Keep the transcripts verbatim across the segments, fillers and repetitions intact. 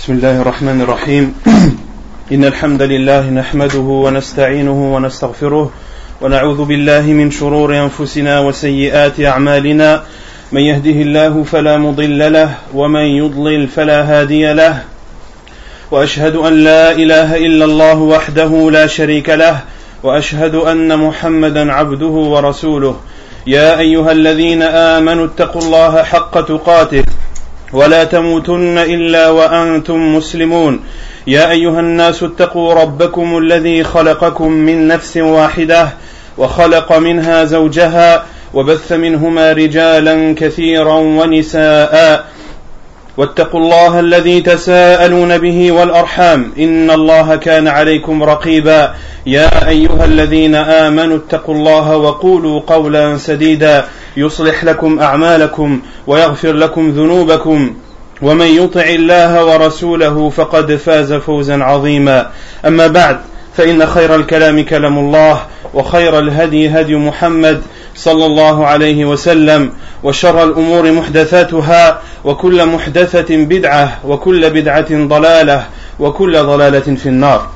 بسم الله الرحمن الرحيم إن الحمد لله نحمده ونستعينه ونستغفره ونعوذ بالله من شرور أنفسنا وسيئات أعمالنا من يهده الله فلا مضل له ومن يضلل فلا هادي له وأشهد أن لا إله إلا الله وحده لا شريك له وأشهد أن محمدا عبده ورسوله يا أيها الذين آمنوا اتقوا الله حق تقاته ولا تموتن إلا وأنتم مسلمون يا أيها الناس اتقوا ربكم الذي خلقكم من نفس واحدة وخلق منها زوجها وبث منهما رجالا كثيرا ونساء واتقوا الله الذي تساءلون به والأرحام إن الله كان عليكم رقيبا يا أيها الذين آمنوا اتقوا الله وقولوا قولا سديدا يصلح لكم أعمالكم ويغفر لكم ذنوبكم ومن يطع الله ورسوله فقد فاز فوزا عظيما أما بعد فإن خير الكلام كلام الله وخير الهدي هدي محمد صلى الله عليه وسلم وشر الأمور محدثاتها وكل محدثة بدعة وكل بدعة ضلالة وكل ضلالة في النار.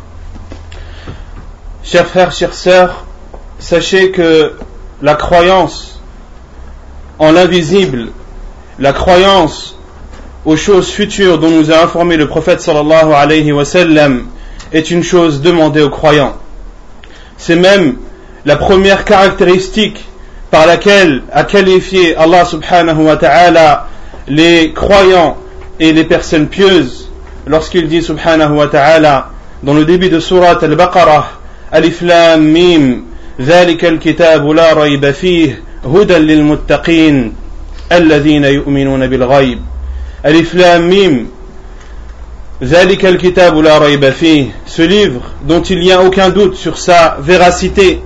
Chers frères, chères sœurs, sachez que la croyance en l'invisible, la croyance aux choses futures dont nous a informé le prophète sallallahu alayhi wa sallam est une chose demandée aux croyants. C'est même la première caractéristique par laquelle a qualifié Allah subhanahu wa ta'ala les croyants et les personnes pieuses lorsqu'il dit subhanahu wa ta'ala dans le début de surat al-Baqarah Alif Lam Mim ذلك الكتاب لا ريب فيه هدى للمتقين الذين يؤمنون بالغيب Alif Lam Mim ذلك الكتاب لا ريب فيه, ce livre dont il n'y a aucun doute sur sa véracité,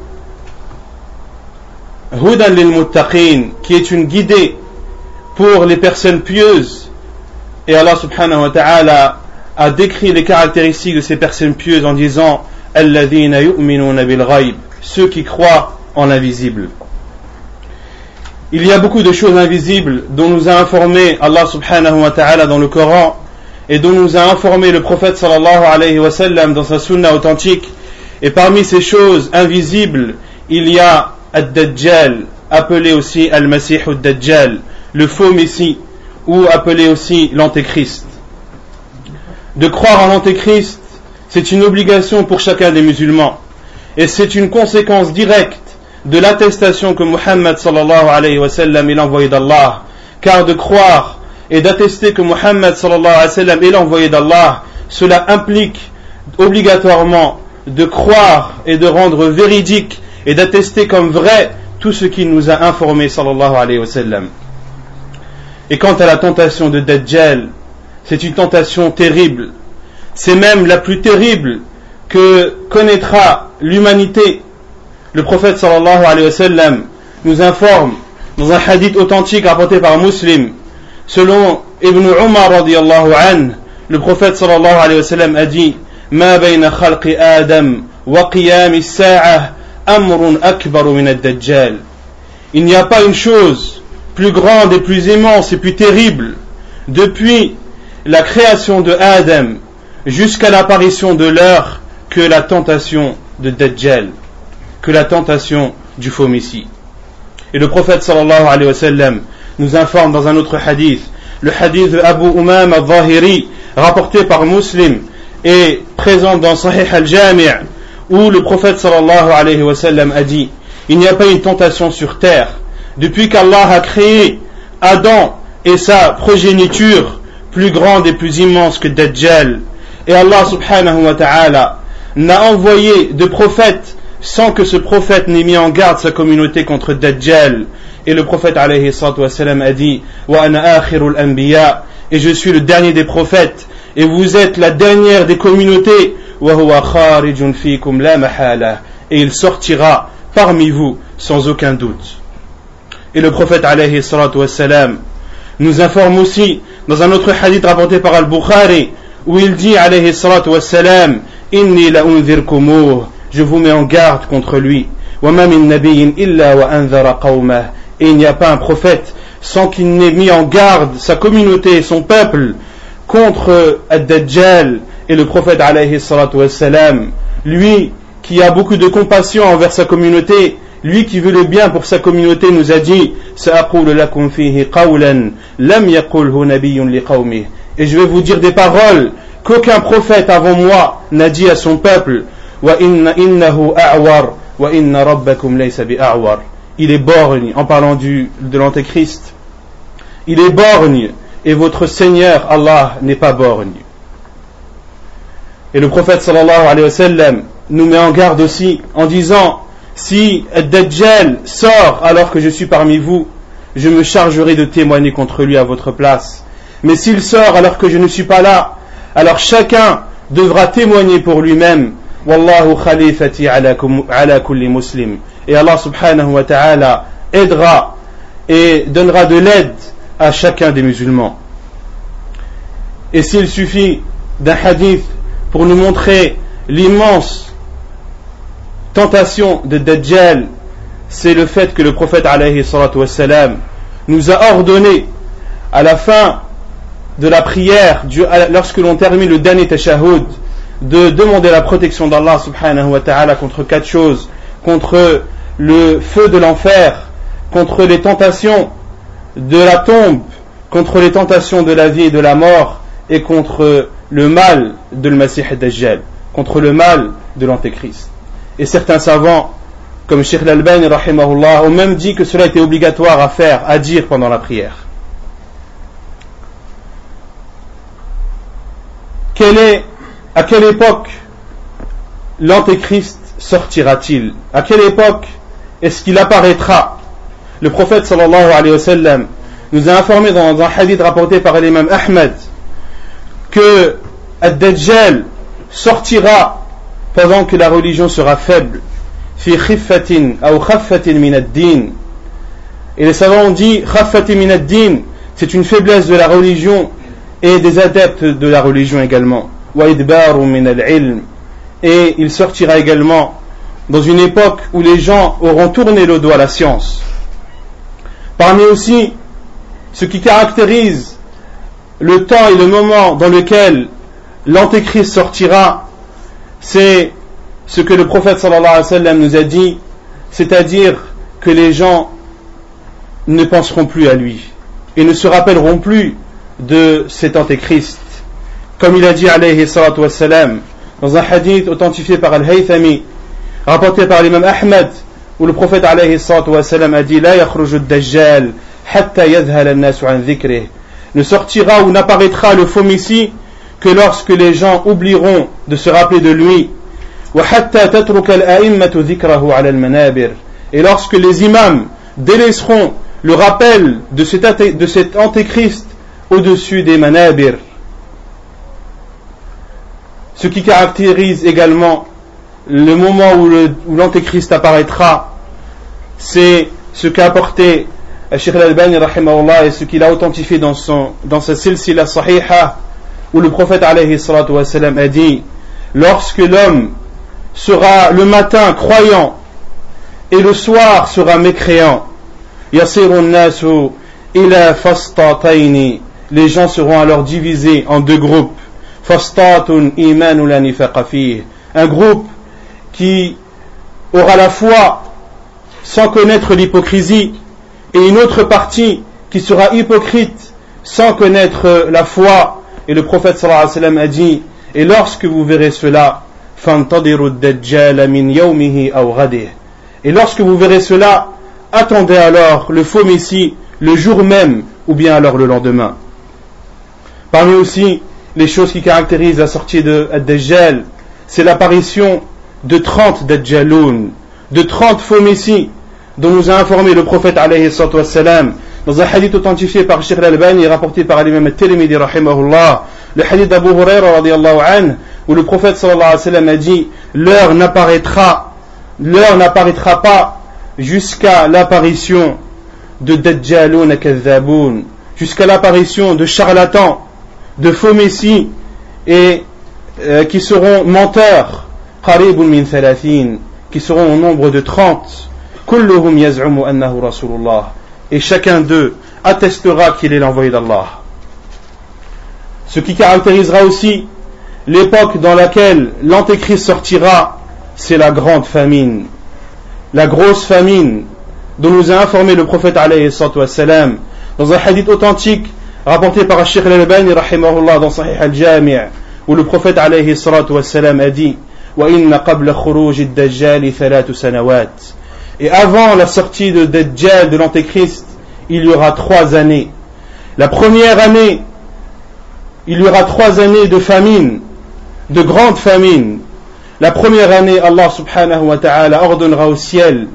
Hudan lil muttaqin, qui est une guidée pour les personnes pieuses. Et Allah subhanahu wa ta'ala a décrit les caractéristiques de ces personnes pieuses en disant alladhina yu'minuna bil ghaib, ceux qui croient en l'invisible. Il y a beaucoup de choses invisibles dont nous a informé Allah subhanahu wa ta'ala dans le Coran et dont nous a informé le prophète sallallahu alayhi wa sallam dans sa sunna authentique. Et parmi ces choses invisibles, il y a Ad-Dajjal, appelé aussi Al-Masih Ad-Dajjal, le faux Messie, ou appelé aussi l'Antéchrist. De croire en l'Antéchrist, c'est une obligation pour chacun des musulmans, et c'est une conséquence directe de l'attestation que Muhammad sallallahu alayhi wa sallam est l'envoyé d'Allah, car de croire et d'attester que Muhammad sallallahu alayhi wa sallam est l'envoyé d'Allah, cela implique obligatoirement de croire et de rendre véridique et d'attester comme vrai tout ce qu'il nous a informé sallallahu alayhi wa sallam. Et quant à la tentation de Dajjal, c'est une tentation terrible, c'est même la plus terrible que connaîtra l'humanité. Le prophète sallallahu alayhi wa sallam nous informe dans un hadith authentique rapporté par Muslim, selon Ibn Umar radiyallahu anhu, le prophète sallallahu alayhi wa sallam a dit ma bayna khalqi Adam wa qiyam as-sa'ah amrun akbar min ad-dajjal. Il n'y a pas une chose plus grande et plus immense et plus terrible depuis la création de Adam jusqu'à l'apparition de l'heure que la tentation de Dajjal, que la tentation du faux Messie. Et le prophète sallallahu alayhi wa sallam nous informe dans un autre hadith, le hadith de Abu Umam al-Zahiri, rapporté par Muslim et présent dans Sahih al-Jami', où le prophète sallallahu alayhi wa sallam a dit il n'y a pas une tentation sur terre depuis qu'Allah a créé Adam et sa progéniture plus grande et plus immense que Dajjal. Et Allah subhanahu wa ta'ala n'a envoyé de prophète sans que ce prophète n'ait mis en garde sa communauté contre Dajjal. Et le prophète alayhi salatu wa sallam a dit wa ana akhirul anbiya, et je suis le dernier des prophètes et vous êtes la dernière des communautés, wa huwa kharijun fikum la mahala, et il sortira parmi vous sans aucun doute. Et le prophète alayhi salatu wa sallam nous informe aussi dans un autre hadith rapporté par Al-Bukhari, où il dit alayhi salatu wa sallam inni la unzirkumuh, je vous mets en garde contre lui, wa ma min nabiyyin illa wa anzara qawmah, et il n'y a pas un prophète sans qu'il n'ait mis en garde sa communauté et son peuple contre Ad-Dajjal et le prophète alayhi salatu wassalam, lui qui a beaucoup de compassion envers sa communauté, lui qui veut le bien pour sa communauté, nous a dit Sa'aqulu lakum fihi qawlan lam yaqulhu nabiyyun liqawmihi. Et je vais vous dire des paroles qu'aucun prophète avant moi n'a dit à son peuple. Wa inna innahu a'war wa inna rabbakum laysa bi'a'war. Il est borgne, en parlant du, de l'antéchrist. Il est borgne et votre Seigneur Allah n'est pas borgne. Et le prophète sallallahu alayhi wa sallam nous met en garde aussi en disant si Ad-Dajjal sort alors que je suis parmi vous, je me chargerai de témoigner contre lui à votre place. Mais s'il sort alors que je ne suis pas là, alors chacun devra témoigner pour lui-même. Wallahu khalifati ala kulli muslim. Et Allah subhanahu wa ta'ala aidera et donnera de l'aide à chacun des musulmans. Et s'il suffit d'un hadith pour nous montrer l'immense tentation de Dajjal, c'est le fait que le prophète alayhi salatu wassalam nous a ordonné à la fin de la prière, lorsque l'on termine le dernier tashahhud, de demander la protection d'Allah subhanahu wa ta'ala contre quatre choses: contre le feu de l'enfer, contre les tentations de la tombe, contre les tentations de la vie et de la mort, et contre le mal de le Masih Dajjal, contre le mal de l'antéchrist. Et certains savants, comme Cheikh Al-Albani rahimahullah, ont même dit que cela était obligatoire à faire, à dire pendant la prière. Quelle est, à quelle époque l'antéchrist sortira-t-il? À quelle époque est-ce qu'il apparaîtra? Le prophète sallallahu alayhi wa sallam nous a informé dans un hadith rapporté par l'imam Ahmed que Ad-Dajjal sortira pendant que la religion sera faible. Fi khiffatin ou khaffatin min ad-din. Et les savants ont dit khaffatin min ad-din, c'est une faiblesse de la religion et des adeptes de la religion également. Wa idbaru min al-ilm. Et il sortira également dans une époque où les gens auront tourné le dos à la science. Parmi aussi ce qui caractérise le temps et le moment dans lequel l'antéchrist sortira, c'est ce que le prophète sallallahu alayhi wa sallam nous a dit, c'est-à-dire que les gens ne penseront plus à lui et ne se rappelleront plus de cet antéchrist. Comme il a dit alayhi salatu wa salam dans un hadith authentifié par Al-Haythami, rapporté par l'imam Ahmed, où le prophète alayhi salatu wa salam a dit La yakhruju ad-dajjal hatta yadhhal an-nasu an dhikrih. Ne sortira ou n'apparaîtra le faux messie que lorsque les gens oublieront de se rappeler de lui. Wa hatta tatruka al-a'immatu dhikrahu ala al-manabir. Et lorsque les imams délaisseront le rappel de cet, athé, de cet antéchrist au-dessus des manabir. Ce qui caractérise également le moment où, le, où l'antéchrist apparaîtra, c'est ce qu'a apporté Cheikh Al-Albani rahimahullah et ce qu'il a authentifié dans, son, dans sa silsila sahiha, où le prophète alayhi salatu wa salam a dit lorsque l'homme sera le matin croyant et le soir sera mécréant, yasirun nasu ila fastataini, les gens seront alors divisés en deux groupes. Fastatun imanu la nifaqa fihi, un groupe qui aura la foi sans connaître l'hypocrisie, et une autre partie qui sera hypocrite sans connaître la foi. Et le prophète sallallahu alayhi wa sallam a dit et lorsque vous verrez cela, fantadiru ad-dajjal min yawmihi aw ghadih, et lorsque vous verrez cela, attendez alors le faux messie le jour même ou bien alors le lendemain. Parmi aussi les choses qui caractérisent la sortie de Ad-Dajjal, c'est l'apparition de trente Dajjaloun, de trente faux messies, dont nous a informé le prophète alayhi salatu wassalam, dans un hadith authentifié par Cheikh Al-Albani et rapporté par l'imam At-Tirmidhi rahimahullah, le hadith d'Abu Huraira radiyallahu anhu, où le prophète sallallahu alayhi wa sallam a dit l'heure n'apparaîtra, l'heure n'apparaîtra pas jusqu'à l'apparition de Dajjaloun kadhaboun, jusqu'à l'apparition de charlatans, de faux messies et euh, qui seront menteurs, qaribun min thalathin, qui seront au nombre de trente, kulluhum yaz'umu annahu rasulullah, et chacun d'eux attestera qu'il est l'envoyé d'Allah. Ce qui caractérisera aussi l'époque dans laquelle l'Antéchrist sortira, c'est la grande famine, la grosse famine dont nous a informé le prophète alayhi salatu wassalam dans un hadith authentique rapporté par Cheikh al-Albani rahimahullah dans Sahih al-Jami' où le prophète alayhi salatu wassalam a dit wa inna qabla khuruj ad-dajjal thalath sanawat, et avant la sortie de Dajjal, de l'Antéchrist, il y aura trois années. La première année, il y aura trois années de famine, de grande famine. La première année, Allah subhanahu wa ta'ala ordonnera au ciel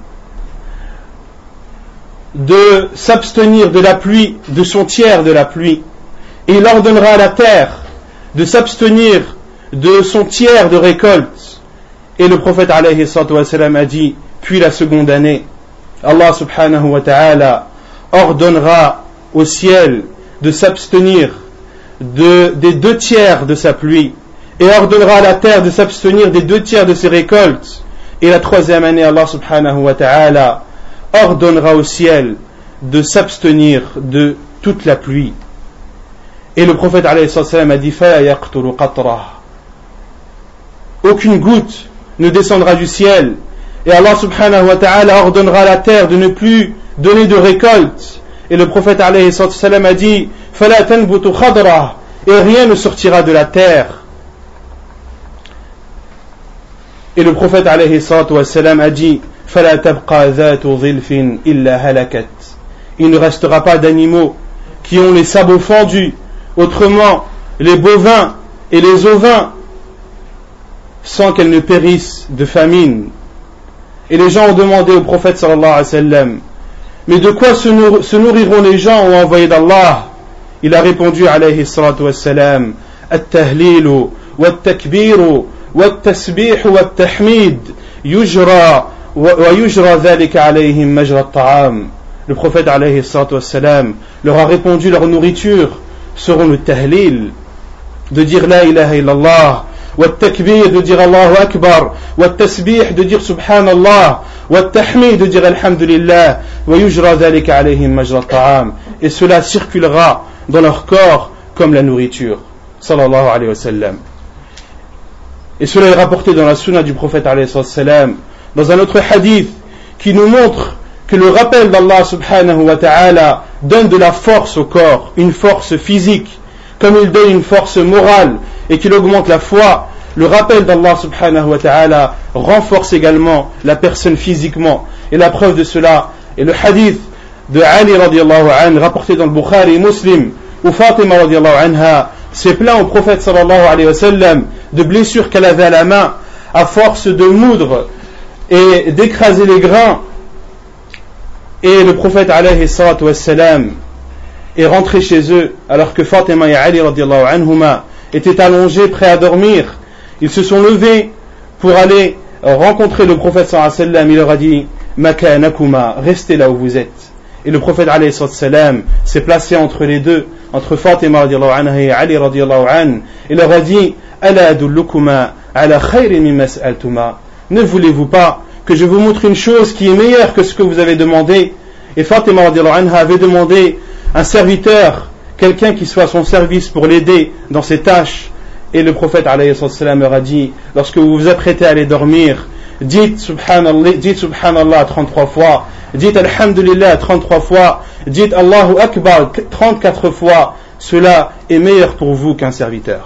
de s'abstenir de la pluie, de son tiers de la pluie, et il ordonnera à la terre de s'abstenir de son tiers de récolte. Et le prophète alayhi salatu wa sallam a dit, puis la seconde année, Allah subhanahu wa ta'ala ordonnera au ciel de s'abstenir de, des deux tiers de sa pluie, et ordonnera à la terre de s'abstenir des deux tiers de ses récoltes. Et la troisième année, Allah subhanahu wa ta'ala ordonnera au ciel de s'abstenir de toute la pluie. Et le prophète alayhi sallam a dit Fala yaqtulu qatra. Aucune goutte ne descendra du ciel, et Allah subhanahu wa ta'ala ordonnera à la terre de ne plus donner de récolte. Et le prophète alayhi sallam a dit Fala tanbutu khadra, et rien ne sortira de la terre. Et le prophète alayhi sallam a dit Fala tabqa dhatu dhilfin illa halakat. Il ne restera pas d'animaux qui ont les sabots fendus, autrement les bovins et les ovins, sans qu'elles ne périssent de famine. Et les gens ont demandé au prophète sallallahu alayhi wa sallam, mais de quoi se, nourr- se nourriront les gens au envoyé d'Allah? Il a répondu alayhi salatu wassalam, at-tahlilu wat-takbiru wat-tasbihu wat-tahmid yujra wa yujra dhalika alayhim majra at-ta'am. Le prophète alayhi salatu wassalam leur a répondu, leur nourriture seront le tahlil, de dire la ilaha illallah, والتكبير de dire Allahu Akbar, والتسبيح de dire Subhanallah, والتحميد de dire Alhamdulillah, ويجرى ذلك عليهم مجرى الطعام, et cela circulera dans leur corps comme la nourriture. Sallallahu alayhi wa sallam. Et cela est rapporté dans la sunna du prophète alayhi wa sallam, dans un autre hadith qui nous montre que le rappel d'Allah subhanahu wa ta'ala donne de la force au corps, une force physique, comme il donne une force morale et qu'il augmente la foi. Le rappel d'Allah subhanahu wa ta'ala renforce également la personne physiquement. Et la preuve de cela est le hadith de Ali radiallahu anhu, rapporté dans le Bukhari et Muslim, où Fatima radiallahu anha s'est plaint au prophète sallallahu alayhi wa sallam de blessures qu'elle avait à la main, à force de moudre et d'écraser les grains. Et le prophète alayhi salatu wa sallam est rentré chez eux alors que Fatima et Ali radiallahu anhuma étaient allongés prêts à dormir. Ils se sont levés pour aller rencontrer le prophète sallallahu alayhi wa sallam. Il leur a dit Makanakuma, restez là où vous êtes. Et le prophète alayhi wa sallam s'est placé entre les deux, entre Fatima radiallahu anha et Ali radiallahu anhu. Il leur a dit Ala adullukuma ala khayri mimma sa'altuma. Ne voulez-vous pas que je vous montre une chose qui est meilleure que ce que vous avez demandé? Et Fatima radiallahu anha avait demandé un serviteur, quelqu'un qui soit à son service pour l'aider dans ses tâches. Et le prophète alayhi wa sallam leur a dit, lorsque vous vous apprêtez à aller dormir, dites subhanallah, dites subhanallah trente-trois fois, dites alhamdulillah trente-trois fois, dites Allahu Akbar trente-quatre fois. Cela est meilleur pour vous qu'un serviteur.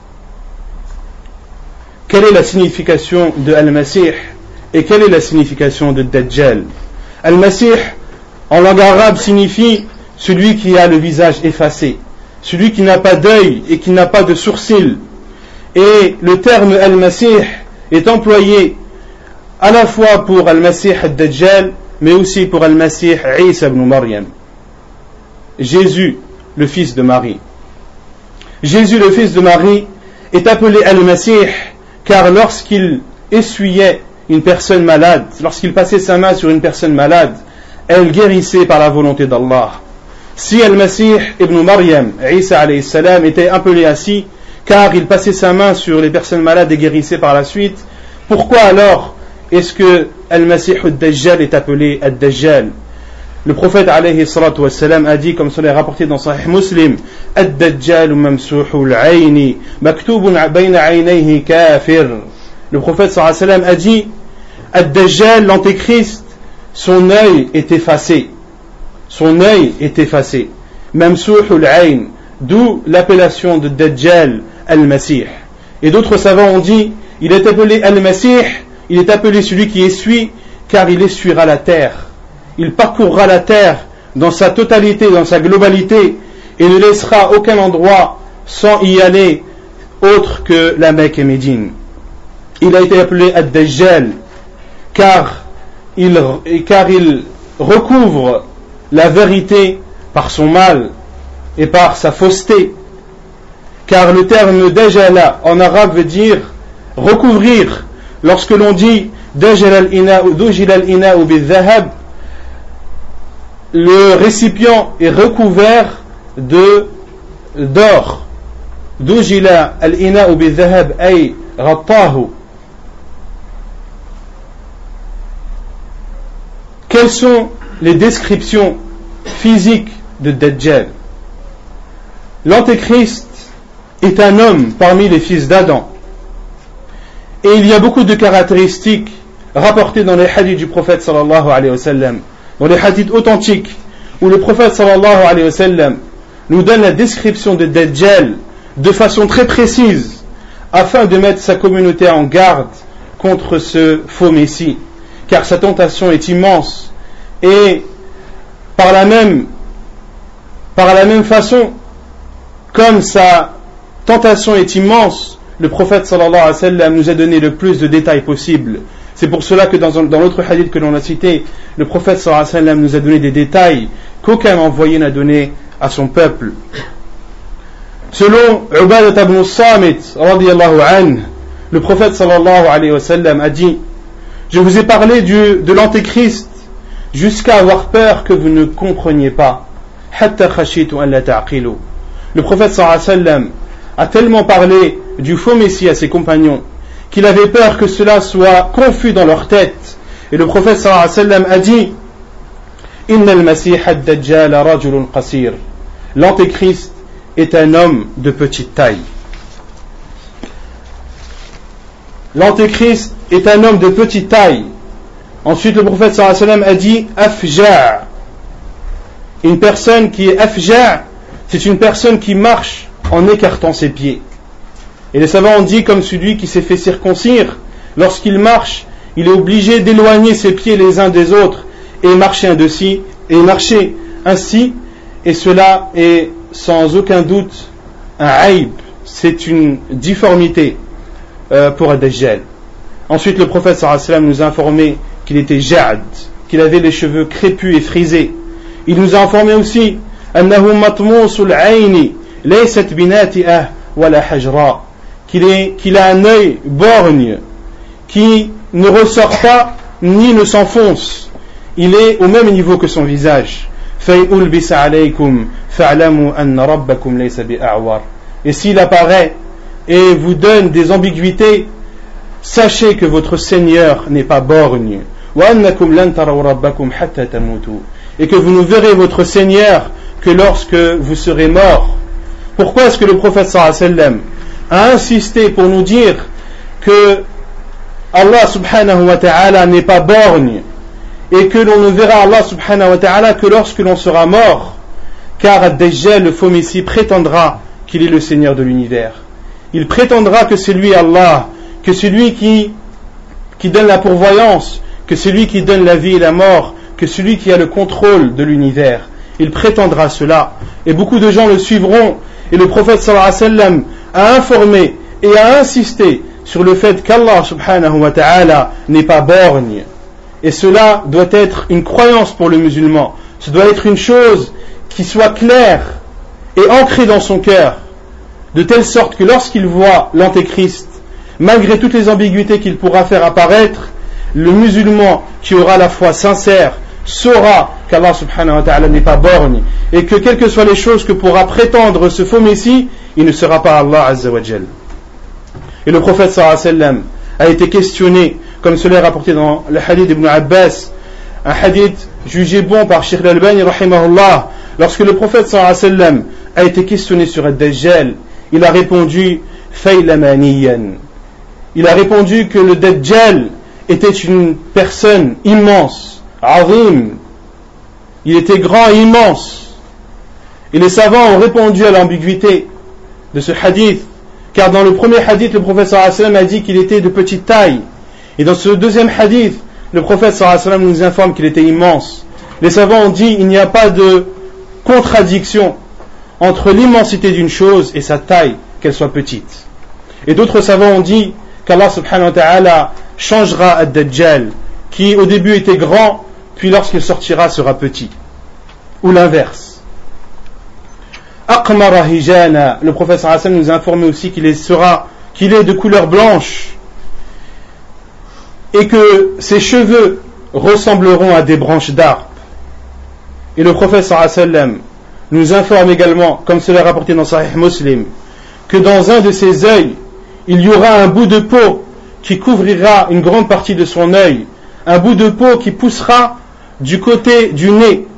Quelle est la signification de Al-Masih et quelle est la signification de Dajjal? Al-Masih en langue arabe signifie celui qui a le visage effacé, celui qui n'a pas d'œil et qui n'a pas de sourcils. Et le terme Al-Masih est employé à la fois pour Al-Masih al-Dajjal, mais aussi pour Al-Masih Isa ibn Maryam, Jésus, le fils de Marie. Jésus, le fils de Marie, est appelé Al-Masih car lorsqu'il essuyait une personne malade, lorsqu'il passait sa main sur une personne malade, elle guérissait par la volonté d'Allah. Si Al-Masih ibn Maryam, Isa alayhi salam, était appelé ainsi car il passait sa main sur les personnes malades et guérissait par la suite, pourquoi alors est-ce que Al-Masih al-Dajjal est appelé Al-Dajjal? Le prophète alayhi salatu wassalam a dit, comme cela est rapporté dans Sahih Muslim, Ad-Dajjal mamsuhul ayni, maktubun bayna aynayhi kafir. Le prophète sallallahu alayhi wa sallam a dit, Ad-Dajjal, l'antéchrist, son œil est effacé. Son œil est effacé. Mamsuhul ayn, d'où l'appellation de Dajjal al-Masih. Et d'autres savants ont dit, il est appelé al-Masih, il est appelé celui qui essuie, car il essuiera la terre. Il parcourra la terre dans sa totalité, dans sa globalité, et ne laissera aucun endroit sans y aller autre que la Mecque et Médine. Il a été appelé Ad-Dajjal car il, car il recouvre la vérité par son mal et par sa fausseté. Car le terme Dajjala en arabe veut dire recouvrir. Lorsque l'on dit Dajjal al-ina'u dujil al-ina'u bil-dhahab, le récipient est recouvert de d'or. Dujila al-ina'u bil-dhahab ay ghattahu. Quelles sont les descriptions physiques de Dajjal? L'antéchrist est un homme parmi les fils d'Adam. Et il y a beaucoup de caractéristiques rapportées dans les hadiths du prophète sallallahu alayhi wa sallam, dans les hadiths authentiques, où le prophète sallallahu alayhi wa sallam nous donne la description de Dajjal de façon très précise, afin de mettre sa communauté en garde contre ce faux messie, car sa tentation est immense, et par la même, par la même façon, comme sa tentation est immense, le prophète sallallahu alayhi wa sallam nous a donné le plus de détails possible. C'est pour cela que dans, dans l'autre hadith que l'on a cité, le prophète sallallahu alayhi wa sallam nous a donné des détails qu'aucun envoyé n'a donné à son peuple. Selon Ubadah ibn Samit radiyallahu anhu, le prophète sallallahu alayhi wa sallam a dit: je vous ai parlé du, de l'antéchrist jusqu'à avoir peur que vous ne compreniez pas. Hatta khashitu an la ta'qilu. Le prophète sallallahu alayhi wa sallam a tellement parlé du faux messie à ses compagnons qu'il avait peur que cela soit confus dans leur tête. Et le prophète sallallahu alayhi wa sallam a dit: Inna al-masih ad-dajjal rajulun qasir. L'antéchrist est un homme de petite taille. L'antéchrist est un homme de petite taille. Ensuite, le prophète sallallahu alayhi wa sallam a dit afja'. Une personne qui est afja', c'est une personne qui marche en écartant ses pieds. Et les savants ont dit comme celui qui s'est fait circoncire, lorsqu'il marche, il est obligé d'éloigner ses pieds les uns des autres et marcher ainsi, et marcher ainsi, et cela est sans aucun doute un aïb, c'est une difformité euh, pour Ad-Dajjal. Ensuite, le prophète sallallahu alayhi wa sallam nous a informé qu'il était ja'd, qu'il avait les cheveux crépus et frisés. Il nous a informé aussi annahu matmusul ayni laysat binati'ah wala hajra, qu'il est qu'il a un œil borgne qui ne ressort pas ni ne s'enfonce. Il est au même niveau que son visage. فَيُلْبِسَ عَلَيْكُمْ فَاعْلَمُوا أَنَّ رَبَّكُمْ لَيْسَ بِأَعْوَرٍ. Et s'il apparaît et vous donne des ambiguïtés, sachez que votre Seigneur n'est pas borgne. وَأَنَّكُمْ لَنْ تَرَوْا رَبَّكُمْ حَتَّى تَمُوتُوا. Et que vous ne verrez votre Seigneur que lorsque vous serez mort. Pourquoi est-ce que le prophète sallallahu alayhi wa sallam a insisté pour nous dire que Allah subhanahu wa ta'ala n'est pas borgne et que l'on ne verra Allah subhanahu wa ta'ala que lorsque l'on sera mort? Car Ad-Dajjal, le faux messie, prétendra qu'il est le Seigneur de l'univers. Il prétendra que c'est lui Allah, que c'est lui qui, qui donne la pourvoyance, que c'est lui qui donne la vie et la mort, que c'est lui qui a le contrôle de l'univers. Il prétendra cela, et beaucoup de gens le suivront. Et le prophète sallallahu alayhi wa sallam a informé et a insisté sur le fait qu'Allah subhanahu wa ta'ala n'est pas borgne. Et cela doit être une croyance pour le musulman. Ce doit être une chose qui soit claire et ancrée dans son cœur, de telle sorte que lorsqu'il voit l'antéchrist, malgré toutes les ambiguïtés qu'il pourra faire apparaître, le musulman qui aura la foi sincère saura qu'Allah subhanahu wa ta'ala n'est pas borgne et que quelles que soient les choses que pourra prétendre ce faux messie, il ne sera pas Allah azza wa jal. Et le prophète sallallahu alayhi wa sallam a été questionné, comme cela est rapporté dans le hadith d'Ibn Abbas, un hadith jugé bon par Cheikh Al-Albani rahimahullah, lorsque le prophète sallallahu alayhi wa sallam a été questionné sur Ad-Dajjal, il a répondu Faylamaniyan. Il a répondu que le Dajjal était une personne immense, azim. Il était grand et immense. Et les savants ont répondu à l'ambiguïté de ce hadith, car dans le premier hadith, le prophète sallallahu alayhi wa sallam a dit qu'il était de petite taille. Et dans ce deuxième hadith, le prophète sallallahu alayhi wa sallam nous informe qu'il était immense. Les savants ont dit qu'il n'y a pas de contradiction entre l'immensité d'une chose et sa taille, qu'elle soit petite. Et d'autres savants ont dit qu'Allah subhanahu wa ta'ala changera Ad-Dajjal, qui au début était grand, puis lorsqu'il sortira sera petit. Ou l'inverse. Aqmara hijana, le prophète sallallahu alayhi wa sallam nous a informé aussi qu'il est, sera, qu'il est de couleur blanche et que ses cheveux ressembleront à des branches d'arbres. Et le prophète sallallahu alayhi wa sallam nous informe également, comme cela est rapporté dans Sahih Muslim, que dans un de ses œils, il y aura un bout de peau qui couvrira une grande partie de son œil, un bout de peau qui poussera du côté du nez.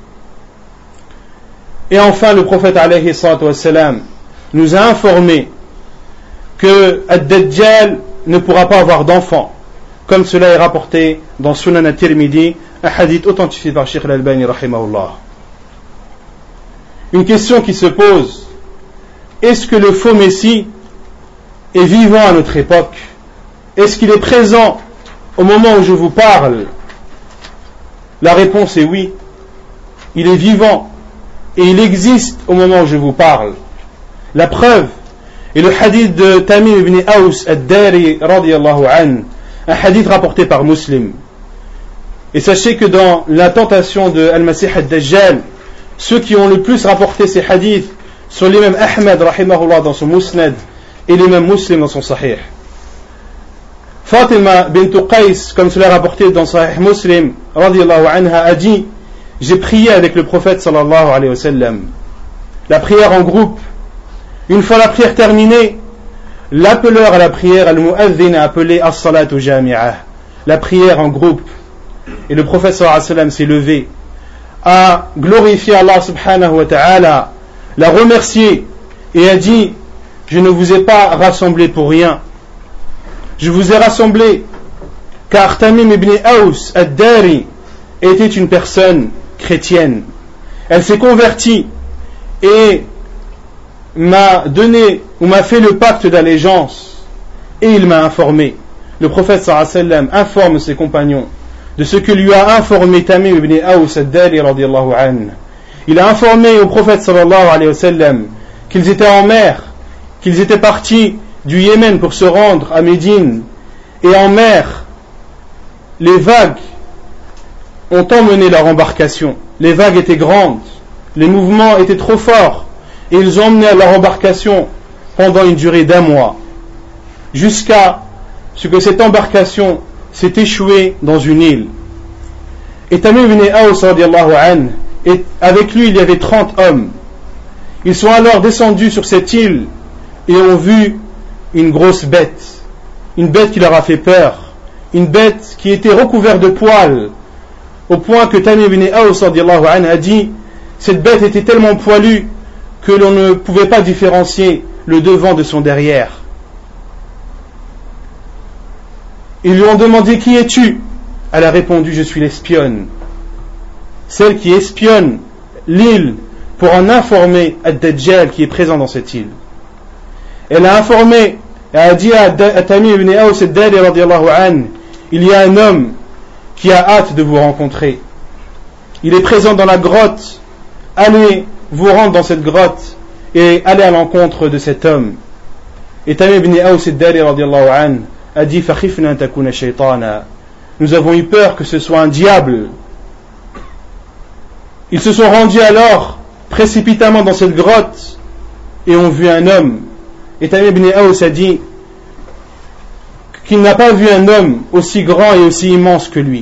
Et enfin, le prophète alayhi salatu wassalam nous a informé que Ad-Dajjal ne pourra pas avoir d'enfant, comme cela est rapporté dans Sunan at-Tirmidhi, un hadith authentifié par Cheikh Al-Albani rahimahullah. Une question qui se pose: est-ce que le faux Messie est vivant à notre époque? Est-ce qu'il est présent au moment où je vous parle? La réponse est oui. Il est vivant et il existe au moment où je vous parle. La preuve est le hadith de Tamim ibn Aws ad-Dari radiyallahu an, un hadith rapporté par Muslim. Et sachez que dans la tentation de Al-Masih ad-Dajjal, ceux qui ont le plus rapporté ces hadiths sont l'imam Ahmad rahimahullah dans son Musnad et l'imam Muslim dans son Sahih. Fatima bint Qais, comme cela est rapporté dans Sahih Muslim radiyallahu anha, a dit: j'ai prié avec le prophète sallallahu alayhi wa sallam, la prière en groupe. Une fois la prière terminée, l'appeleur à la prière, al-mu'adhin, a appelé as-salatu jami'ah, la prière en groupe. Et le prophète sallallahu alayhi wa sallam s'est levé, a glorifié Allah subhanahu wa ta'ala, l'a remercié et a dit: je ne vous ai pas rassemblé pour rien. Je vous ai rassemblé car Tamim ibn Aws ad-Dari était une personne chrétienne. Elle s'est convertie et m'a donné ou m'a fait le pacte d'allégeance et il m'a informé. Le prophète sallallahu alayhi wa sallam informe ses compagnons de ce que lui a informé Tamim ibn Aws ad-Dari radiyallahu anhu. Il a informé au prophète sallallahu alayhi wa sallam qu'ils étaient en mer, qu'ils étaient partis du Yémen pour se rendre à Médine, et en mer, les vagues ont emmené leur embarcation. Les vagues étaient grandes, les mouvements étaient trop forts, et ils ont emmené leur embarcation pendant une durée d'un mois, jusqu'à ce que cette embarcation s'est échouée dans une île. Et Tamim ibn Aws radiyallahu anhu, et avec lui il y avait trente hommes. Ils sont alors descendus sur cette île et ont vu une grosse bête, une bête qui leur a fait peur, une bête qui était recouverte de poils, au point que Tamim ibn Aws radiyallahu anhu a dit: cette bête était tellement poilue que l'on ne pouvait pas différencier le devant de son derrière. Ils lui ont demandé: qui es-tu? Elle a répondu: je suis l'espionne, celle qui espionne l'île pour en informer Ad-Dajjal qui est présent dans cette île. Elle a informé, elle a dit à Tamim ibn Aws ad-Dari radiyallahu anhu: il y a un homme qui a hâte de vous rencontrer. Il est présent dans la grotte. Allez vous rendre dans cette grotte et allez à l'encontre de cet homme. Et Tamim ibn Aws ad-Dari radiyallahu anhu a dit: fakhifna an takuna shaytana. Nous avons eu peur que ce soit un diable. Ils se sont rendus alors précipitamment dans cette grotte et ont vu un homme. Et Tamim ibn Aws a dit qu'il n'a pas vu un homme aussi grand et aussi immense que lui.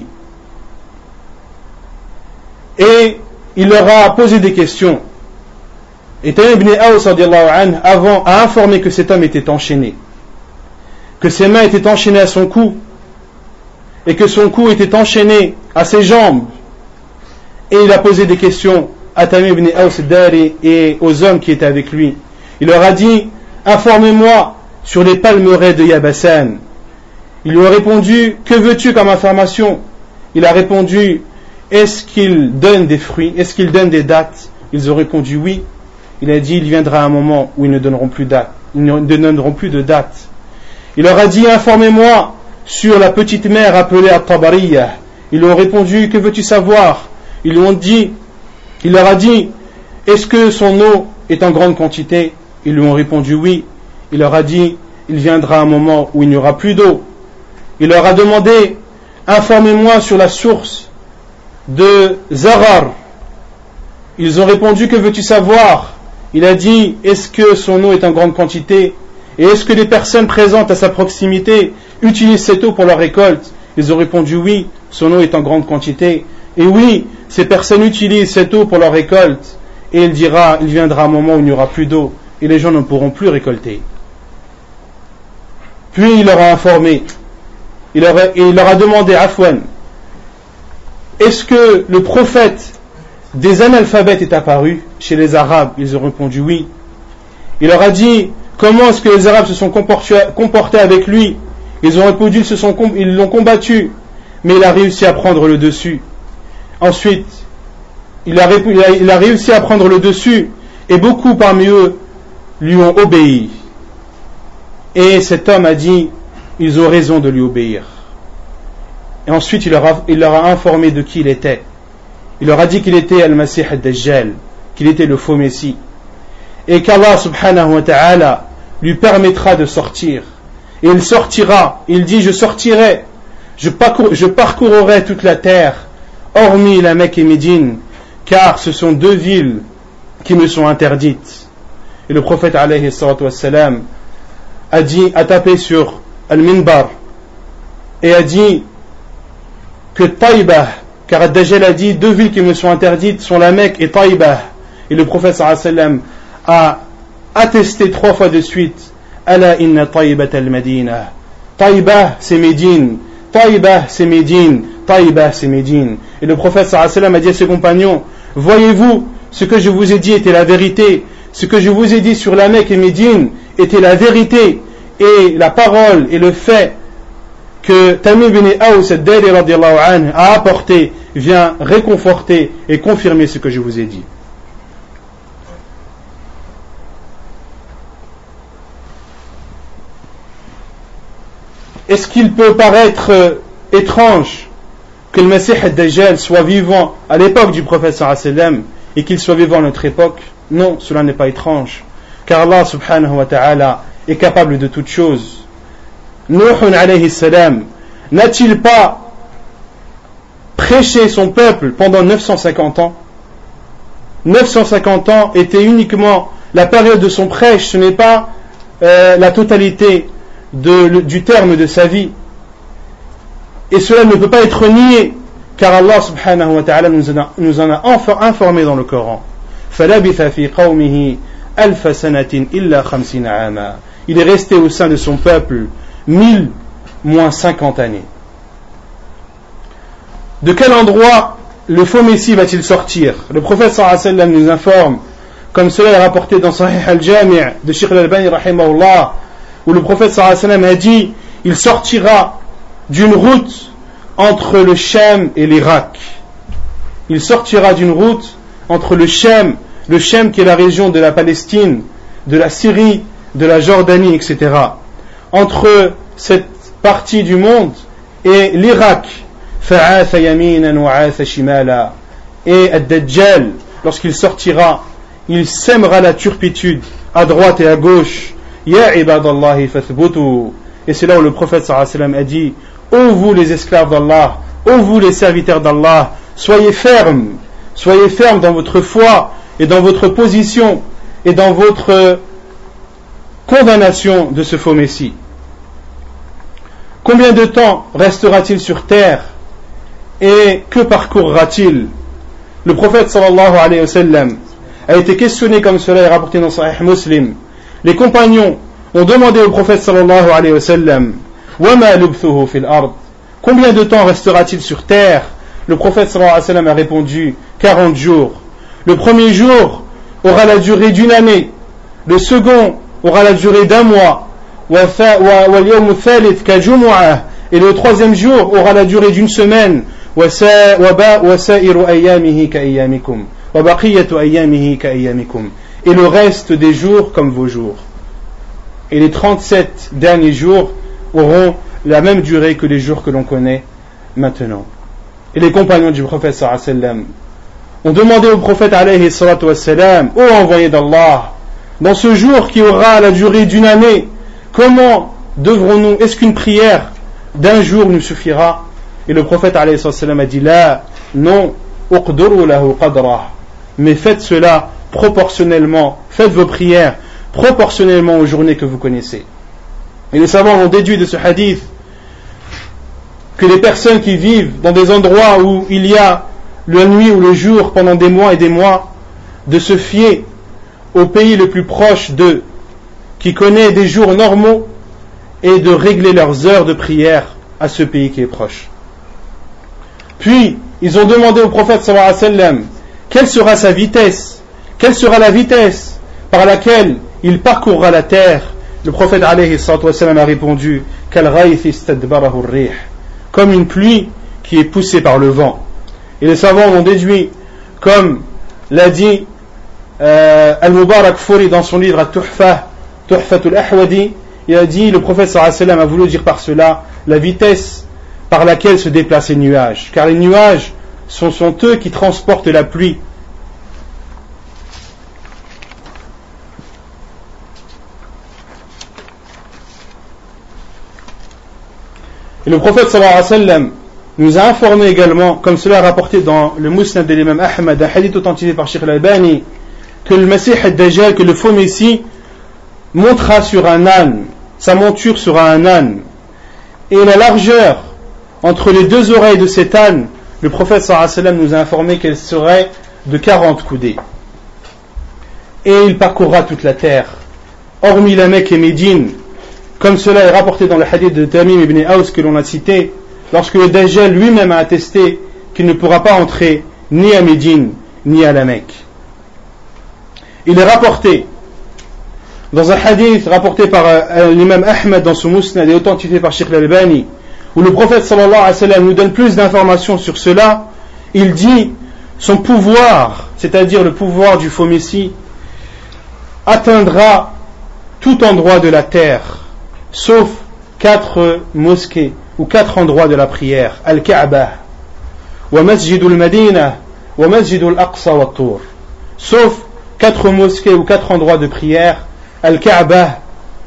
Et il leur a posé des questions. Et Tamim ibn Aws avant a informé que cet homme était enchaîné, que ses mains étaient enchaînées à son cou et que son cou était enchaîné à ses jambes. Et il a posé des questions à Tamim ibn Aws ad-Dari et aux hommes qui étaient avec lui. Il leur a dit: informez-moi sur les palmeraies de Yabasan. Ils lui ont répondu: que veux-tu comme information? Il a répondu: est-ce qu'ils donnent des fruits? Est-ce qu'ils donnent des dattes? Ils ont répondu oui. Il a dit: il viendra un moment où ils ne donneront plus dates. Ils ne donneront plus de dates. Il leur a dit: informez-moi sur la petite mer appelée At-Tabariyah. Ils lui ont répondu: que veux-tu savoir? Ils lui ont dit, il leur a dit: est-ce que son eau est en grande quantité? Ils lui ont répondu oui. Il leur a dit: il viendra un moment où il n'y aura plus d'eau. Il leur a demandé: informez-moi sur la source de Zarar. Ils ont répondu: que veux-tu savoir? Il a dit: est-ce que son eau est en grande quantité? Et est-ce que les personnes présentes à sa proximité utilisent cette eau pour leur récolte? Ils ont répondu oui, son eau est en grande quantité. Et oui, ces personnes utilisent cette eau pour leur récolte. Et il dira, il viendra un moment où il n'y aura plus d'eau et les gens ne pourront plus récolter. Puis il leur a informé, il leur a, et il leur a demandé: Afwan, est-ce que le prophète des analphabètes est apparu chez les Arabes? Ils ont répondu oui. Il leur a dit: comment est-ce que les Arabes se sont comportés, comportés avec lui? Ils ont répondu: ils se sont, ils l'ont combattu, mais il a réussi à prendre le dessus. Ensuite, il a, il, a, il a réussi à prendre le dessus, et beaucoup parmi eux lui ont obéi. Et cet homme a dit: ils ont raison de lui obéir. Et ensuite, il leur a, il leur a informé de qui il était. Il leur a dit qu'il était Al-Masih ad-Dajjal, qu'il était le faux Messie, et qu'Allah subhanahu wa ta'ala lui permettra de sortir. Et il sortira, il dit: je sortirai, je, parcour, je parcourrai toute la terre, hormis la Mecque et Médine, car ce sont deux villes qui me sont interdites. Et le prophète alayhi salatu wassalam a dit, a tapé sur Al-Minbar et a dit que Taïbah, car Ad-Dajjal a dit: deux villes qui me sont interdites sont la Mecque et Taïbah. Et le prophète sallallahu alayhi wa sallam a attesté trois fois de suite: Ala inna Taïbat al-Madina. Taïbah c'est Médine, Taïbah c'est Médine, Taïbah c'est Médine. Et le prophète sallallahu alayhi wa sallam a dit à ses compagnons: voyez-vous, ce que je vous ai dit était la vérité, ce que je vous ai dit sur la Mecque et Médine était la vérité, et la parole et le fait que Tamim ibn Aws ad-Dari radiyallahu anhu a apporté vient réconforter et confirmer ce que je vous ai dit. Est-ce qu'il peut paraître euh, étrange que le Messie ad-Dajjal soit vivant à l'époque du prophète sallallahu alayhi wa sallam et qu'il soit vivant à notre époque? Non, cela n'est pas étrange, car Allah subhanahu wa ta'ala est capable de toutes choses. Nuh alayhi salam n'a-t-il pas prêché son peuple pendant neuf cent cinquante ans? neuf cent cinquante ans était uniquement la période de son prêche, ce n'est pas euh, la totalité de, le, du terme de sa vie. Et cela ne peut pas être nié, car Allah subhanahu wa ta'ala nous en a, nous en a informé dans le Coran. فَلَبِثَ فِي قَوْمِهِ أَلْفَ سَنَةٍ إِلَّا خَمْسِينَ عَامًا. Il est resté au sein de son peuple mille moins cinquante années. De quel endroit le faux Messie va-t-il sortir? Le prophète sallallahu alayhi wa sallam nous informe, comme cela est rapporté dans Sahih al-Jami' de Sheikh al-Albani rahimahullah, où le prophète sallallahu alayhi wa sallam a dit: il sortira d'une route entre le Sham et l'Irak. Il sortira d'une route entre le Sham, le Sham qui est la région de la Palestine, de la Syrie, de la Jordanie, et cetera. Entre cette partie du monde et l'Irak. فَعَاثَ يَمِينًا وَعَاثَ شِمَالًا. Et Ad-Dajjal, lorsqu'il sortira, il sèmera la turpitude à droite et à gauche. Ya ibadallahi fathbutu. Et c'est là où le prophète sallallahu alayhi wa sallam a dit: ô vous les esclaves d'Allah, ô vous les serviteurs d'Allah, soyez fermes, soyez fermes dans votre foi et dans votre position et dans votre condamnation de ce faux Messie. Combien de temps restera-t-il sur terre et que parcourra-t-il? Le prophète sallallahu alayhi wa sallam a été questionné comme cela est rapporté dans Sahih Muslim. Les compagnons ont demandé au prophète sallallahu alayhi wa sallam: Wama lubthuhu fil ard. combien de temps restera-t-il sur terre? Le prophète sallallahu alayhi wa sallam a répondu quarante jours. Le premier jour aura la durée d'une année, le second aura la durée d'un mois, et le troisième jour aura la durée d'une semaine, et le reste des jours comme vos jours. Et les trente-sept derniers jours auront la même durée que les jours que l'on connaît maintenant. Et les compagnons du prophète sallallahu alayhi wa sallam ont demandé au prophète alayhi salatu wa sallam, ô envoyé d'Allah, dans ce jour qui aura la durée d'une année, comment devrons-nous, est-ce qu'une prière d'un jour nous suffira? Et le prophète alayhi salatu wa sallam a dit, la, non, uqduru lahu qadrah, mais faites cela proportionnellement, faites vos prières proportionnellement aux journées que vous connaissez. Et les savants ont déduit de ce hadith que les personnes qui vivent dans des endroits où il y a la nuit ou le jour pendant des mois et des mois, de se fier au pays le plus proche d'eux, qui connaît des jours normaux, et de régler leurs heures de prière à ce pays qui est proche. Puis, ils ont demandé au prophète sallallahu alayhi wa sallam, quelle sera sa vitesse? Quelle sera la vitesse par laquelle il parcourra la terre? Le prophète alayhi wa sallam a répondu, comme une pluie qui est poussée par le vent. Et les savants ont déduit, comme l'a dit euh, Al-Mubarak Furi dans son livre At-Tuhfa, Tuhfatul Ahwadi, il a dit, le prophète sallallahu alayhi wa sallam a voulu dire par cela la vitesse par laquelle se déplacent les nuages, car les nuages sont, sont eux qui transportent la pluie. Et le prophète sallallahu alayhi wa sallam nous a informé également, comme cela est rapporté dans le Musnad de l'imam Ahmad, un hadith authentifié par Sheikh al-Albani, que le Messie ad-Dajjal, que le faux Messie, montera sur un âne, sa monture sera un âne. Et la largeur entre les deux oreilles de cet âne, le prophète sallallahu alayhi wa sallam nous a informé qu'elle serait de quarante coudées. Et il parcourra toute la terre, hormis la Mecque et Médine, comme cela est rapporté dans le hadith de Tamim ibn Aus que l'on a cité, lorsque le Dajjal lui-même a attesté qu'il ne pourra pas entrer ni à Médine ni à la Mecque. Il est rapporté dans un hadith rapporté par euh, l'imam Ahmad dans son Musnad et authentifié par Sheikh al-Albani, où le prophète sallallahu alayhi wa sallam nous donne plus d'informations sur cela. Il dit, son pouvoir, c'est-à-dire le pouvoir du faux Messie, atteindra tout endroit de la terre, sauf quatre mosquées ou quatre endroits de la prière, Al-Kaaba, wa Masjidul Madina, wa Masjidul Aqsa wa Tour, sauf quatre mosquées ou quatre endroits de prière, Al-Kaaba,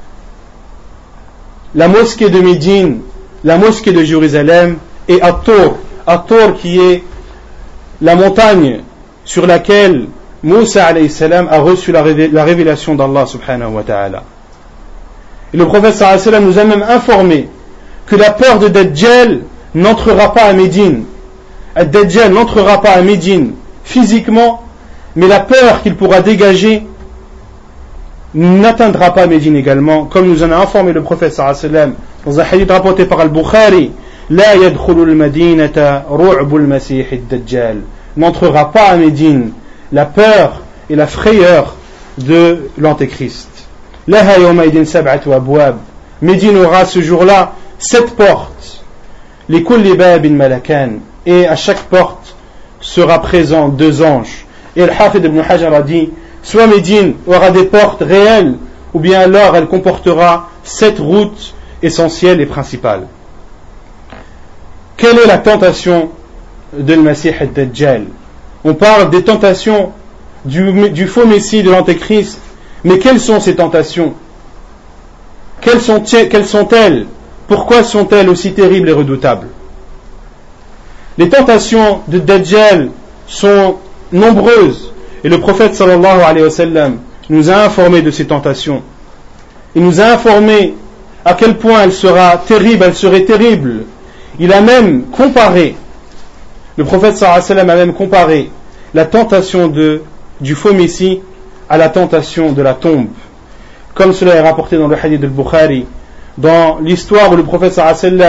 la mosquée de Médine, la mosquée de Jérusalem et At-Tour, At-Tour qui est la montagne sur laquelle Moussa alayhi salam a reçu la, révé- la révélation d'Allah subhanahu wa ta'ala. Et le prophète sallallahu alayhi wa sallam nous a même informé que la peur de Dajjal n'entrera pas à Médine. Dajjal n'entrera pas à Médine physiquement, mais la peur qu'il pourra dégager n'atteindra pas Médine également, comme nous en a informé le prophète sallallahu alayhi wa sallam dans un hadith rapporté par Al-Bukhari, la yadkhulu al-madinata ru'bu al-masih ad-dajjal, n'entrera pas à Médine la peur et la frayeur de l'antéchrist. Laha yawmaidin sab'atu abwab, Médine aura ce jour-là sept portes, li kulli babin malakan, et à chaque porte sera présent deux anges. Et Al-Hafid ibn Hajar a dit, soit Médine aura des portes réelles, ou bien alors elle comportera sept routes essentielles et principales. Quelle est la tentation de Al-Masih ad-Dajjal? On parle des tentations du, du faux Messie, de l'Antéchrist, mais quelles sont ces tentations? Quelles sont, quelles sont-elles? Pourquoi sont-elles aussi terribles et redoutables? Les tentations de Dajjal sont nombreuses, et le prophète sallallahu alayhi wa sallam nous a informé de ces tentations. Il nous a informé à quel point elle sera terrible, elle serait terrible. Il a même comparé, le prophète sallallahu alayhi wa sallam a même comparé la tentation de, du faux Messie à la tentation de la tombe. Comme cela est rapporté dans le hadith de Bukhari, dans l'histoire où le prophète sallallahu alayhi wa sallam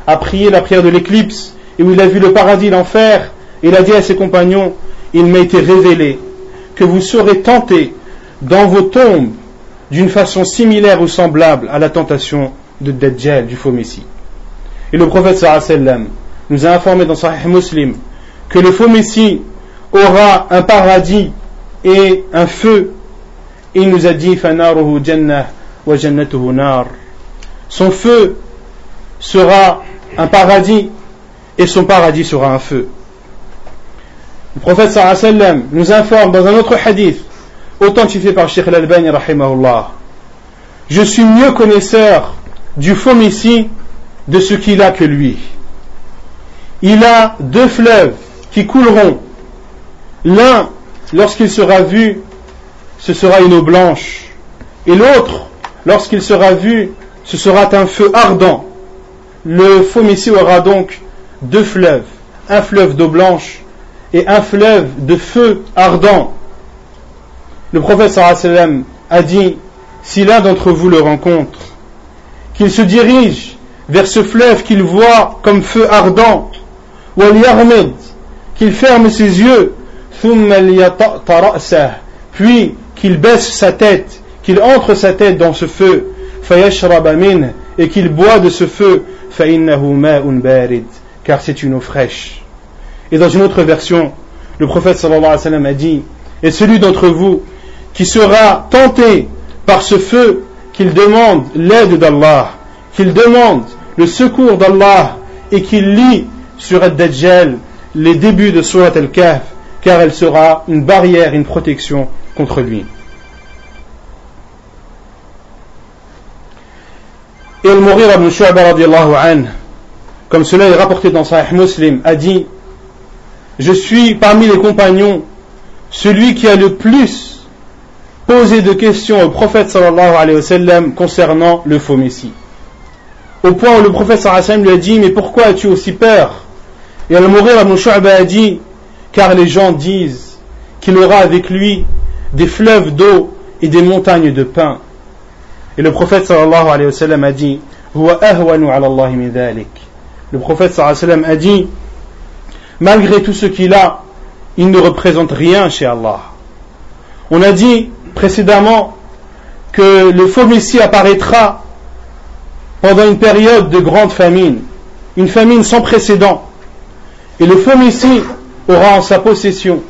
a prié la prière de l'éclipse et où il a vu le paradis et l'enfer, il a dit à ses compagnons, il m'a été révélé que vous serez tentés dans vos tombes d'une façon similaire ou semblable à la tentation de Dajjal, du faux Messie. Et le prophète sallallahu alayhi wa sallam nous a informé dans Sahih Muslim que le faux Messie aura un paradis et un feu. Et il nous a dit فَنَارُهُ جَنَّةٌ وَجَنَّتُهُ نَارٌ. Son feu sera un paradis et son paradis sera un feu. Le prophète sallallahu alayhi wa sallam nous informe dans un autre hadith authentifié par Cheikh Al-Albani rahimahullah, je suis mieux connaisseur du faux Messie de ce qu'il a que lui. Il a deux fleuves qui couleront. L'un, lorsqu'il sera vu, ce sera une eau blanche, et l'autre, lorsqu'il sera vu, ce sera un feu ardent. Le faux Messie aura donc deux fleuves, un fleuve d'eau blanche et un fleuve de feu ardent. Le prophète sallallahu alayhi wa sallam a dit, si l'un d'entre vous le rencontre, qu'il se dirige vers ce fleuve qu'il voit comme feu ardent, qu'il ferme ses yeux, puis qu'il baisse sa tête, qu'il entre sa tête dans ce feu, et qu'il boit de ce feu, car c'est une eau fraîche. Et dans une autre version, le prophète sallallahu alayhi wa sallam a dit, et celui d'entre vous qui sera tenté par ce feu, qu'il demande l'aide d'Allah, qu'il demande le secours d'Allah et qu'il lit sur Ad-Dajjal les débuts de Surat Al-Kahf, car elle sera une barrière, une protection contre lui. Et Al-Mughira ibn Shu'ba radiyallahu anhu, comme cela est rapporté dans Sahih Muslim, a dit, je suis parmi les compagnons celui qui a le plus posé de questions au prophète sallallahu alayhi wa sallam concernant le faux Messie. Au point où le prophète sallallahu alayhi wa sallam lui a dit, mais pourquoi as-tu aussi peur? Et Al-Mughira ibn Shu'ba a dit, car les gens disent qu'il aura avec lui des fleuves d'eau et des montagnes de pain. Et le prophète sallallahu alayhi wa sallam a dit, huwa ahwanu ala Allah min dhalik. Le prophète sallallahu alayhi wa sallam a dit, malgré tout ce qu'il a, il ne représente rien chez Allah. On a dit précédemment que le faux Messie apparaîtra pendant une période de grande famine, une famine sans précédent. Et le faux Messie aura en sa possession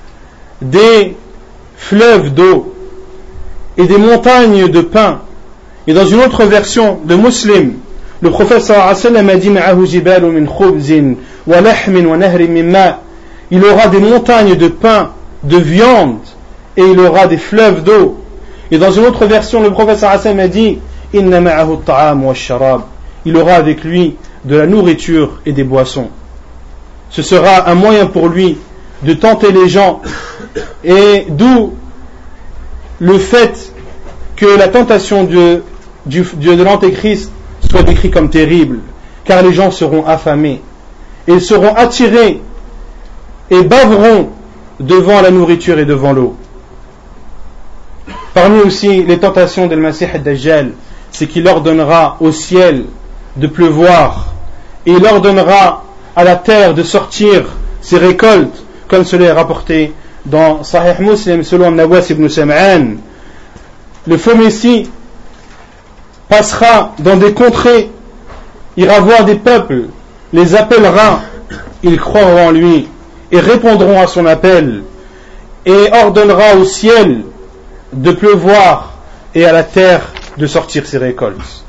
des fleuves d'eau et des montagnes de pain. Et dans une autre version de Muslim, le prophète sallallahu alayhi wa sallam a dit ma'ahu jibalu min khubzin wa lahmin wa nahrin min ma'. Il aura des montagnes de pain, de viande, et il aura des fleuves d'eau. Et dans une autre version, le prophète sallallahu alayhi wa sallam a dit inna ma'ahu at-ta'am wa ash-sharab. Il aura avec lui de la nourriture et des boissons. Ce sera un moyen pour lui de tenter les gens, et d'où le fait que la tentation de, du, de l'Antéchrist soit décrite comme terrible, car les gens seront affamés, et ils seront attirés et baveront devant la nourriture et devant l'eau. Parmi aussi les tentations de Al-Masih ad-Dajjal, c'est qu'il ordonnera au ciel de pleuvoir, et il ordonnera à la terre de sortir ses récoltes, comme cela est rapporté dans Sahih Muslim selon Nawas ibn Sam'an. Le faux Messie passera dans des contrées, ira voir des peuples, les appellera, ils croiront en lui et répondront à son appel, et ordonnera au ciel de pleuvoir et à la terre de sortir ses récoltes.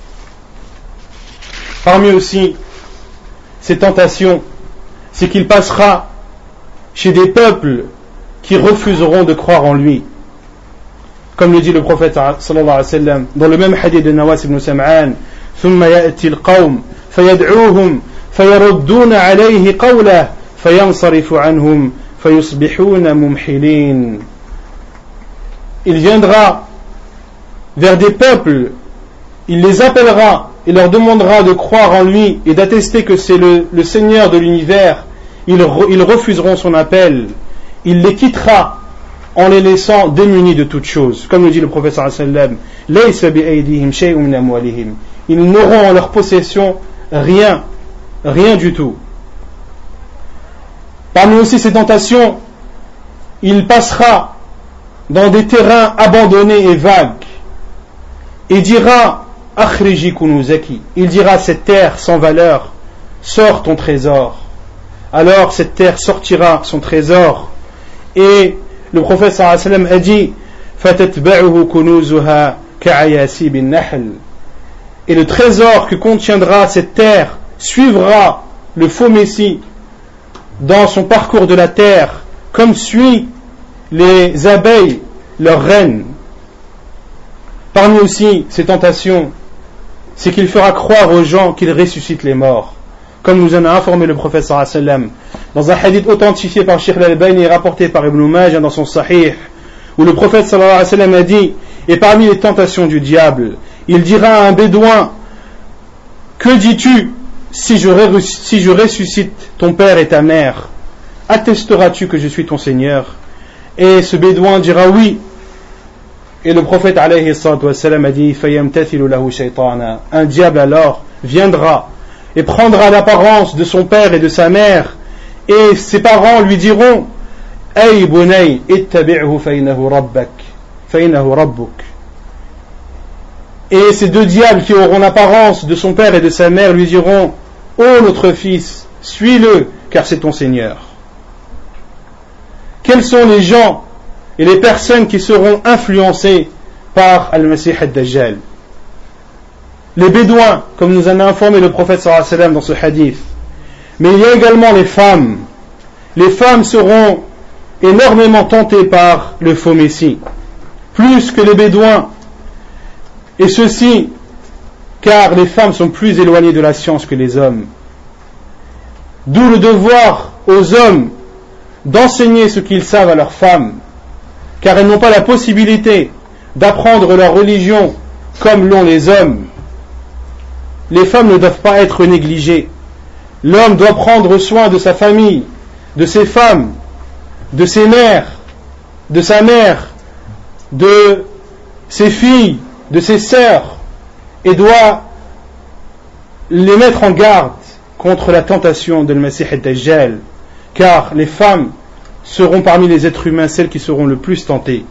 Parmi aussi ces tentations, c'est qu'il passera chez des peuples qui refuseront de croire en lui. Comme le dit le prophète sallallahu alayhi wa sallam dans le même hadith de Nawas ibn Sam'an, ثم يأتي القوم فيدعوهم فيردون عليه قوله فينصرف عنهم فيصبحون ممحلين. Il viendra vers des peuples, il les appellera, il leur demandera de croire en lui et d'attester que c'est le, le Seigneur de l'univers. Ils, re, ils refuseront son appel, il les quittera en les laissant démunis de toutes choses. Comme le dit le prophète sallallahu alayhi wa sallam, laysa bi aydihim shay'un min amwalihim. Ils n'auront en leur possession rien rien du tout. Parmi aussi ces tentations, il passera dans des terrains abandonnés et vagues et dira Akhriji kunuzaki, il dira cette terre sans valeur, sors ton trésor. Alors cette terre sortira son trésor et le prophète sallallahu alayhi wa sallam a dit fatatba'uhu kunuzuha ka'ayasi bin nahl, et le trésor que contiendra cette terre suivra le faux messie dans son parcours de la terre comme suit les abeilles leur reine. Parmi aussi ces tentations, c'est qu'il fera croire aux gens qu'il ressuscite les morts, comme nous en a informé le prophète sallallahu alayhi wa sallam dans un hadith authentifié par Cheikh Al-Albani et rapporté par Ibn Majah dans son Sahih, où le prophète sallallahu alayhi wa sallam a dit, et parmi les tentations du diable, il dira à un bédouin, que dis-tu si je, si je ressuscite ton père et ta mère, attesteras-tu que je suis ton Seigneur? Et ce bédouin dira oui. Et le prophète alayhi salatu wa sallam a dit fayamtathilu lahu shaytana, un diable alors viendra et prendra l'apparence de son père et de sa mère, et ses parents lui diront ay bunay ittabi'hu fa innahu rabbak fa innahu rabbuk. Et ces deux diables qui auront l'apparence de son père et de sa mère lui diront ô notre fils, suis-le car c'est ton Seigneur. Quels sont les gens et les personnes qui seront influencées par Al-Masih Ad-Dajjal? Les bédouins, comme nous en a informé le prophète sallallahu alayhi wa sallam dans ce hadith. Mais il y a également les femmes. Les femmes seront énormément tentées par le faux messie, plus que les bédouins. Et ceci, car les femmes sont plus éloignées de la science que les hommes. D'où le devoir aux hommes d'enseigner ce qu'ils savent à leurs femmes, car elles n'ont pas la possibilité d'apprendre leur religion comme l'ont les hommes. Les femmes ne doivent pas être négligées. L'homme doit prendre soin de sa famille, de ses femmes, de ses mères, de sa mère, de ses filles, de ses sœurs, et doit les mettre en garde contre la tentation de Al-Masih Ad-Dajjal, car les femmes seront parmi les êtres humains celles qui seront le plus tentées.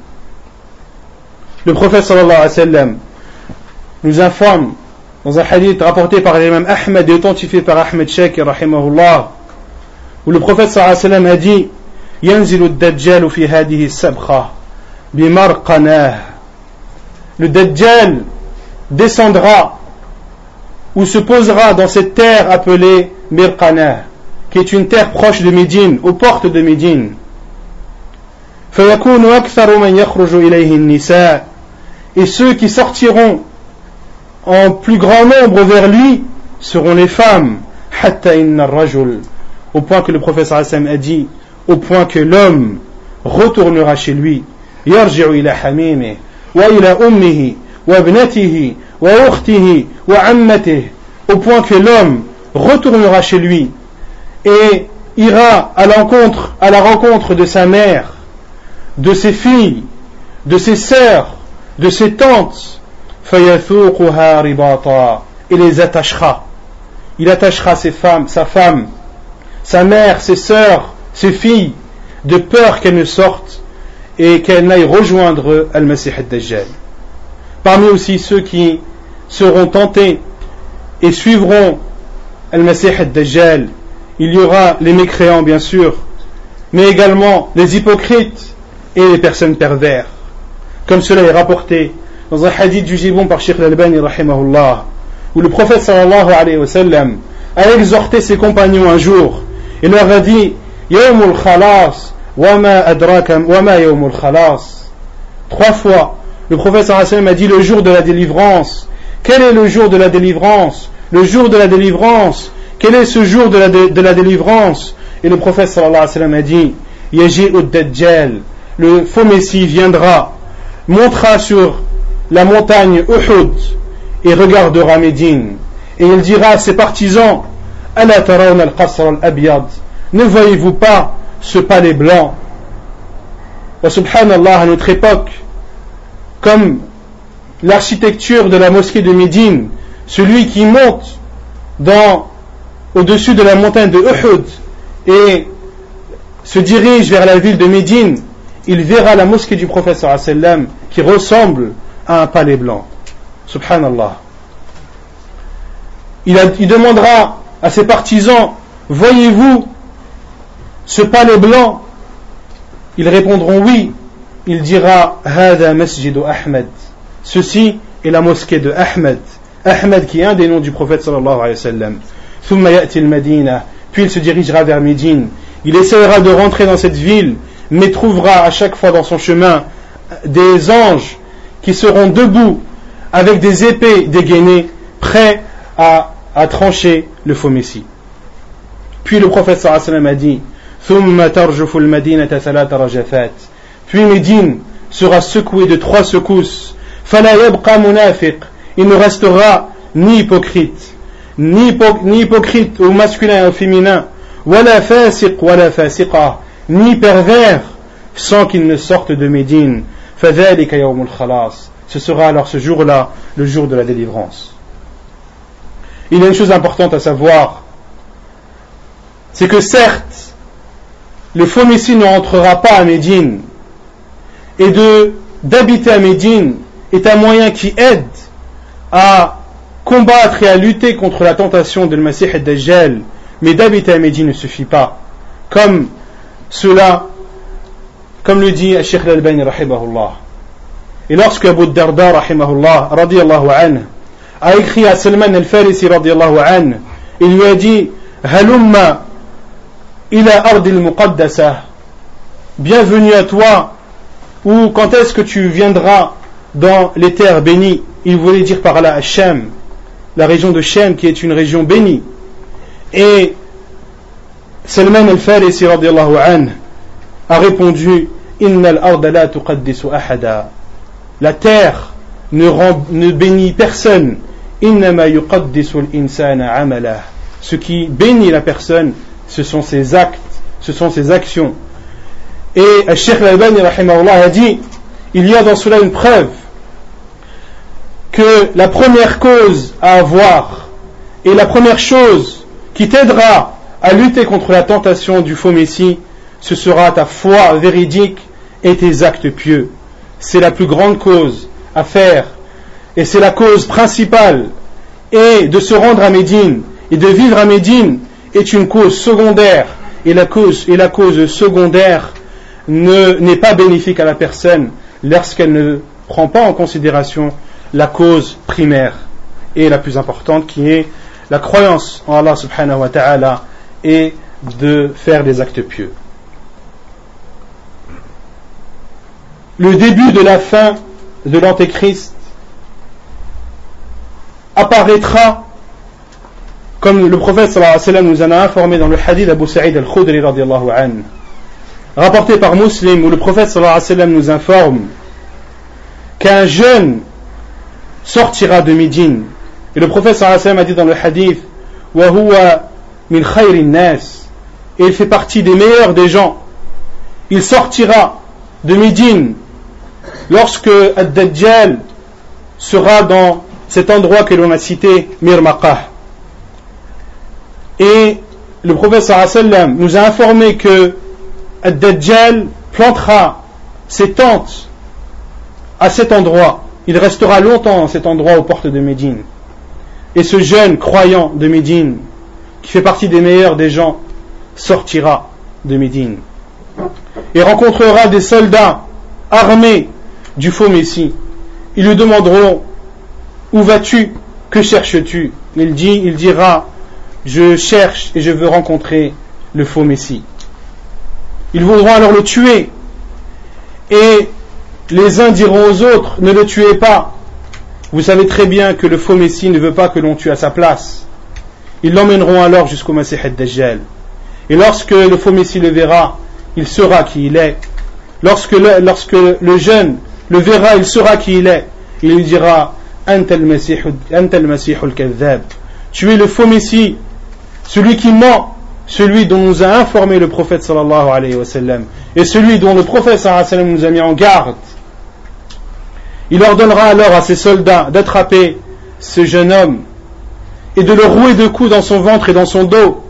Le prophète sallallahu alayhi wa sallam nous informe dans un hadith rapporté par l'imam Ahmed et authentifié par Ahmed Shakir rahimahullah, où le prophète sallallahu alayhi wa sallam a dit yanzilu ad-dajjal fi hadhihi as-sabkha bi marqanah, le Dajjal descendra ou se posera dans cette terre appelée Mirqanah, qui est une terre proche de Médine, aux portes de Médine. فَيَكُونُ أَكْثَرُ مَنْ يَخْرُجُ إِلَيْهِ النِّسَاءِ, et ceux qui sortiront en plus grand nombre vers lui seront les femmes. حَتَّى إِنَّ الرَّجُلِ, au point que le prophète sallallahu alayhi wa sallam a dit, au point que l'homme retournera chez lui, يَرْجِعُ إِلَى حَمِيمِهِ وَإِلَى أُمِّهِ وَابْنَتِهِ وَأُخْتِهِ وَعَمَّتِهِ, au point que l'homme retournera chez lui et ira à l'encontre, à la rencontre de sa mère, de ses filles, de ses sœurs, de ses tantes, فَيَثُوقُهَا رِبَاطًا, et les attachera. Il attachera ses femmes, sa femme, sa mère, ses sœurs, ses filles, de peur qu'elles ne sortent et qu'elles n'aillent rejoindre Al-Masih Ad-Dajjal. Parmi aussi ceux qui seront tentés et suivront Al-Masih Ad-Dajjal, il y aura les mécréants bien sûr, mais également les hypocrites et les personnes pervers, comme cela est rapporté dans un hadith jugé bon par Cheikh Al-Albani rahimahullah, où le prophète sallallahu alayhi wa sallam a exhorté ses compagnons un jour et leur a dit Yawmul Khalas wa ma adraka wa ma Yawmul Khalas. Trois fois le prophète sallallahu alayhi wa sallam a dit le jour de la délivrance. Quel est le jour de la délivrance? Le jour de la délivrance. Quel est ce jour de la, de, de la délivrance? Et le prophète sallallahu alayhi wa sallam a dit Yaji'ud Dajjal, le faux messie viendra, montera sur la montagne Uhud et regardera Médine, et il dira à ses partisans Ala tarawna al-qasr al-abyad, ne voyez-vous pas ce palais blanc? Wa subhanallah, à notre époque, comme l'architecture de la mosquée de Médine, celui qui monte dans au-dessus de la montagne de Uhud et se dirige vers la ville de Médine, il verra la mosquée du prophète sallallahu alayhi wa sallam qui ressemble à un palais blanc. Subhanallah. Il, a, il demandera à ses partisans, voyez-vous ce palais blanc? Ils répondront oui. Il dira, Hada masjidu Ahmed. Ceci est la mosquée de Ahmed. Ahmed qui est un des noms du prophète sallallahu alayhi wa sallam. Thumma ya'ti al-Madina. Puis il se dirigera vers Médine. Il essaiera de rentrer dans cette ville, mais trouvera à chaque fois dans son chemin des anges qui seront debout avec des épées dégainées, prêts à, à trancher le faux messie. Puis le prophète sallallahu alayhi wa sallam a dit, Thumma tarjufu al-Madinata thalatha rajafat. Puis Médine sera secouée de trois secousses. Fala yabqa munafiq. Il ne restera ni hypocrite, ni, hypo, ni hypocrite au masculin et au féminin, wala fasiq wala fasiqa, ni pervers, sans qu'il ne sorte de Médine. Fadhalika yawmul khalas. Ce sera alors ce jour-là, le jour de la délivrance. Il y a une chose importante à savoir, c'est que certes, le faux messie ne rentrera pas à Médine, et de, d'habiter à Médine est un moyen qui aide à combattre et à lutter contre la tentation de le Masih ad-Dajjal, mais d'habiter à Médine ne suffit pas. Comme cela, comme le dit Cheikh al-Albani rahimahullah. Et lorsque Abu Darda rahimahullah radiyallahu anhu a écrit à Salman al-Farisi radiyallahu anhu, il lui a dit Halumma ila ardil muqaddasa, bienvenue à toi, ou quand est-ce que tu viendras dans les terres bénies? Il voulait dire par là Shem, la région de Shem qui est une région bénie. Et Salman al-Farisi radiyallahu anhu a répondu Inna al-arda la tuqaddisu ahada. La terre ne, rend, ne bénit personne. Innama yuqaddisu al-insana amalah. Ce qui bénit la personne, ce sont ses actes, ce sont ses actions. Et Cheikh al-Albani rahimahullah a dit, il y a dans cela une preuve que la première cause à avoir et la première chose qui t'aidera à lutter contre la tentation du faux messie, ce sera ta foi véridique et tes actes pieux. C'est la plus grande cause à faire et c'est la cause principale. Et de se rendre à Médine et de vivre à Médine est une cause secondaire, et la cause, et la cause secondaire ne, n'est pas bénéfique à la personne lorsqu'elle ne prend pas en considération la cause primaire et la plus importante qui est la croyance en Allah subhanahu wa ta'ala et de faire des actes pieux. Le début de la fin de l'Antéchrist apparaîtra comme le prophète sallallahu alayhi wa sallam nous en a informé dans le hadith d'Abu Sa'id al-Khudri radiyallahu anhu, rapporté par Muslim, où le prophète sallallahu alayhi wa sallam nous informe qu'un jeune sortira de Médine. Et le prophète sallallahu alayhi wa sallam a dit dans le hadith wa huwa min khayrin nas, et il fait partie des meilleurs des gens. Il sortira de Médine lorsque Ad-Dajjal sera dans cet endroit que l'on a cité, Mirmaqah. Et le prophète sallallahu alayhi wa sallam nous a informé que Ad-Dajjal plantera ses tentes à cet endroit. Il restera longtemps à cet endroit aux portes de Médine. Et ce jeune croyant de Médine, qui fait partie des meilleurs des gens, sortira de Médine et rencontrera des soldats armés du faux messie. Ils lui demanderont où vas-tu, que cherches-tu? Il dit, il dira je cherche et je veux rencontrer le faux messie. Ils voudront alors le tuer et les uns diront aux autres ne le tuez pas, vous savez très bien que le faux messie ne veut pas que l'on tue à sa place. Ils l'emmèneront alors jusqu'au Masih ad-Dajjal, et lorsque le faux messie le verra, il saura qui il est. Lorsque le, lorsque le jeune le verra, il saura qui il est. Il lui dira Anta al-Masih al-Kadhab, tu es le faux messie, celui qui ment, celui dont nous a informé le prophète sallallahu alayhi wa sallam, et celui dont le prophète sallallahu alayhi wa sallam nous a mis en garde. Il ordonnera alors à ses soldats d'attraper ce jeune homme et de le rouer de coups dans son ventre et dans son dos.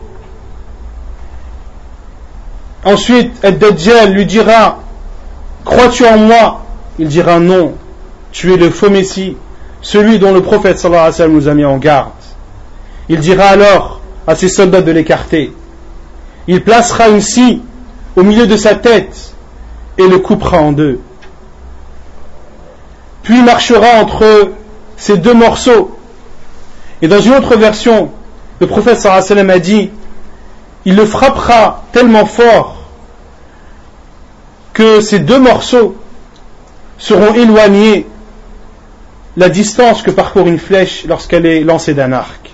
Ensuite, Ad-Dajjal lui dira: crois-tu en moi? Il dira: non, tu es le faux Messie, celui dont le prophète sallallahu alayhi wa sallam nous a mis en garde. Il dira alors à ses soldats de l'écarter. Il placera une scie au milieu de sa tête et le coupera en deux. Puis il marchera entre ces deux morceaux. Et dans une autre version, le prophète sallallahu alayhi wa sallam a dit: il le frappera tellement fort que ces deux morceaux seront éloignés la distance que parcourt une flèche lorsqu'elle est lancée d'un arc.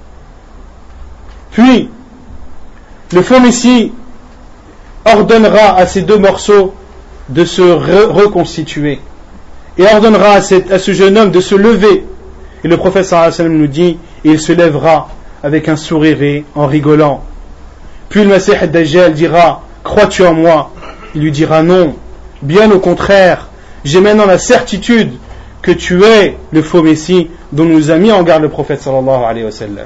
Puis, le faux Messie ordonnera à ces deux morceaux de se re- reconstituer et ordonnera à, cette, à ce jeune homme de se lever. Et le prophète sallallahu alayhi wa sallam nous dit: et il se lèvera avec un sourire en rigolant. Puis le Masih ad-Dajjal dira: crois-tu en moi? Il lui dira: non, bien au contraire, j'ai maintenant la certitude que tu es le faux Messie dont nous a mis en garde le prophète sallallahu alayhi wa sallam.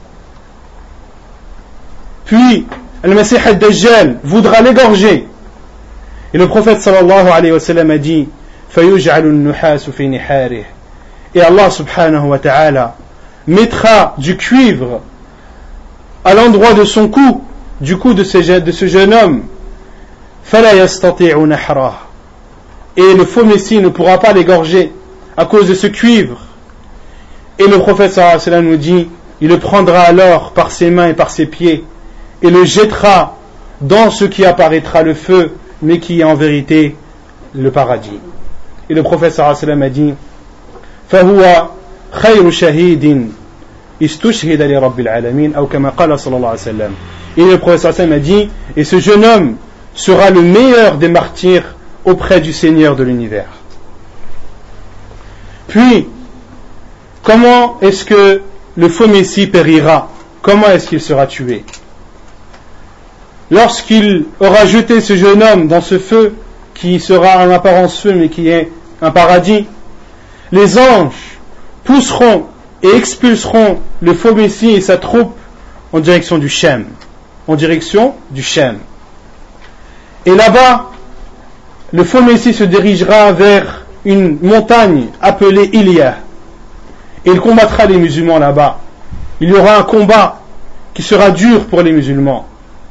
Puis le Masih ad-Dajjal voudra l'égorger, et le prophète sallallahu alayhi wa sallam a dit: فَيُجْعَلُ النُّحَاسُ فِي نِحَارِهِ. Et Allah subhanahu wa ta'ala mettra du cuivre à l'endroit de son cou, du cou de ce, de ce jeune homme. فَلَا يَسْتَطِيعُ نَحْرَهُ. Et le faux Messie ne pourra pas l'égorger à cause de ce cuivre. Et le prophète sallallahu alayhi wa sallam nous dit: il le prendra alors par ses mains et par ses pieds et le jettera dans ce qui apparaîtra le feu, mais qui est en vérité le paradis. Et le prophète sallallahu alayhi wa sallam a dit: فَهُوَ خَيْرُ شَهِيدٍ إِسْتُشْهِدَ لِرَبِّ الْعَالَمِينَ أو كما قال صلى الله عليه وسلم. Et le prophète sallallahu alayhi wa sallam a dit: et ce jeune homme sera le meilleur des martyrs auprès du Seigneur de l'univers. Puis, comment est-ce que le faux Messie périra? Comment est-ce qu'il sera tué? Lorsqu'il aura jeté ce jeune homme dans ce feu, qui sera en apparence feu, mais qui est un paradis, les anges pousseront et expulseront le faux Messie et sa troupe en direction du Shem, en direction du Shem. Et là-bas, le faux Messie se dirigera vers une montagne appelée Ilia, et il combattra les musulmans là-bas. Il y aura un combat qui sera dur pour les musulmans.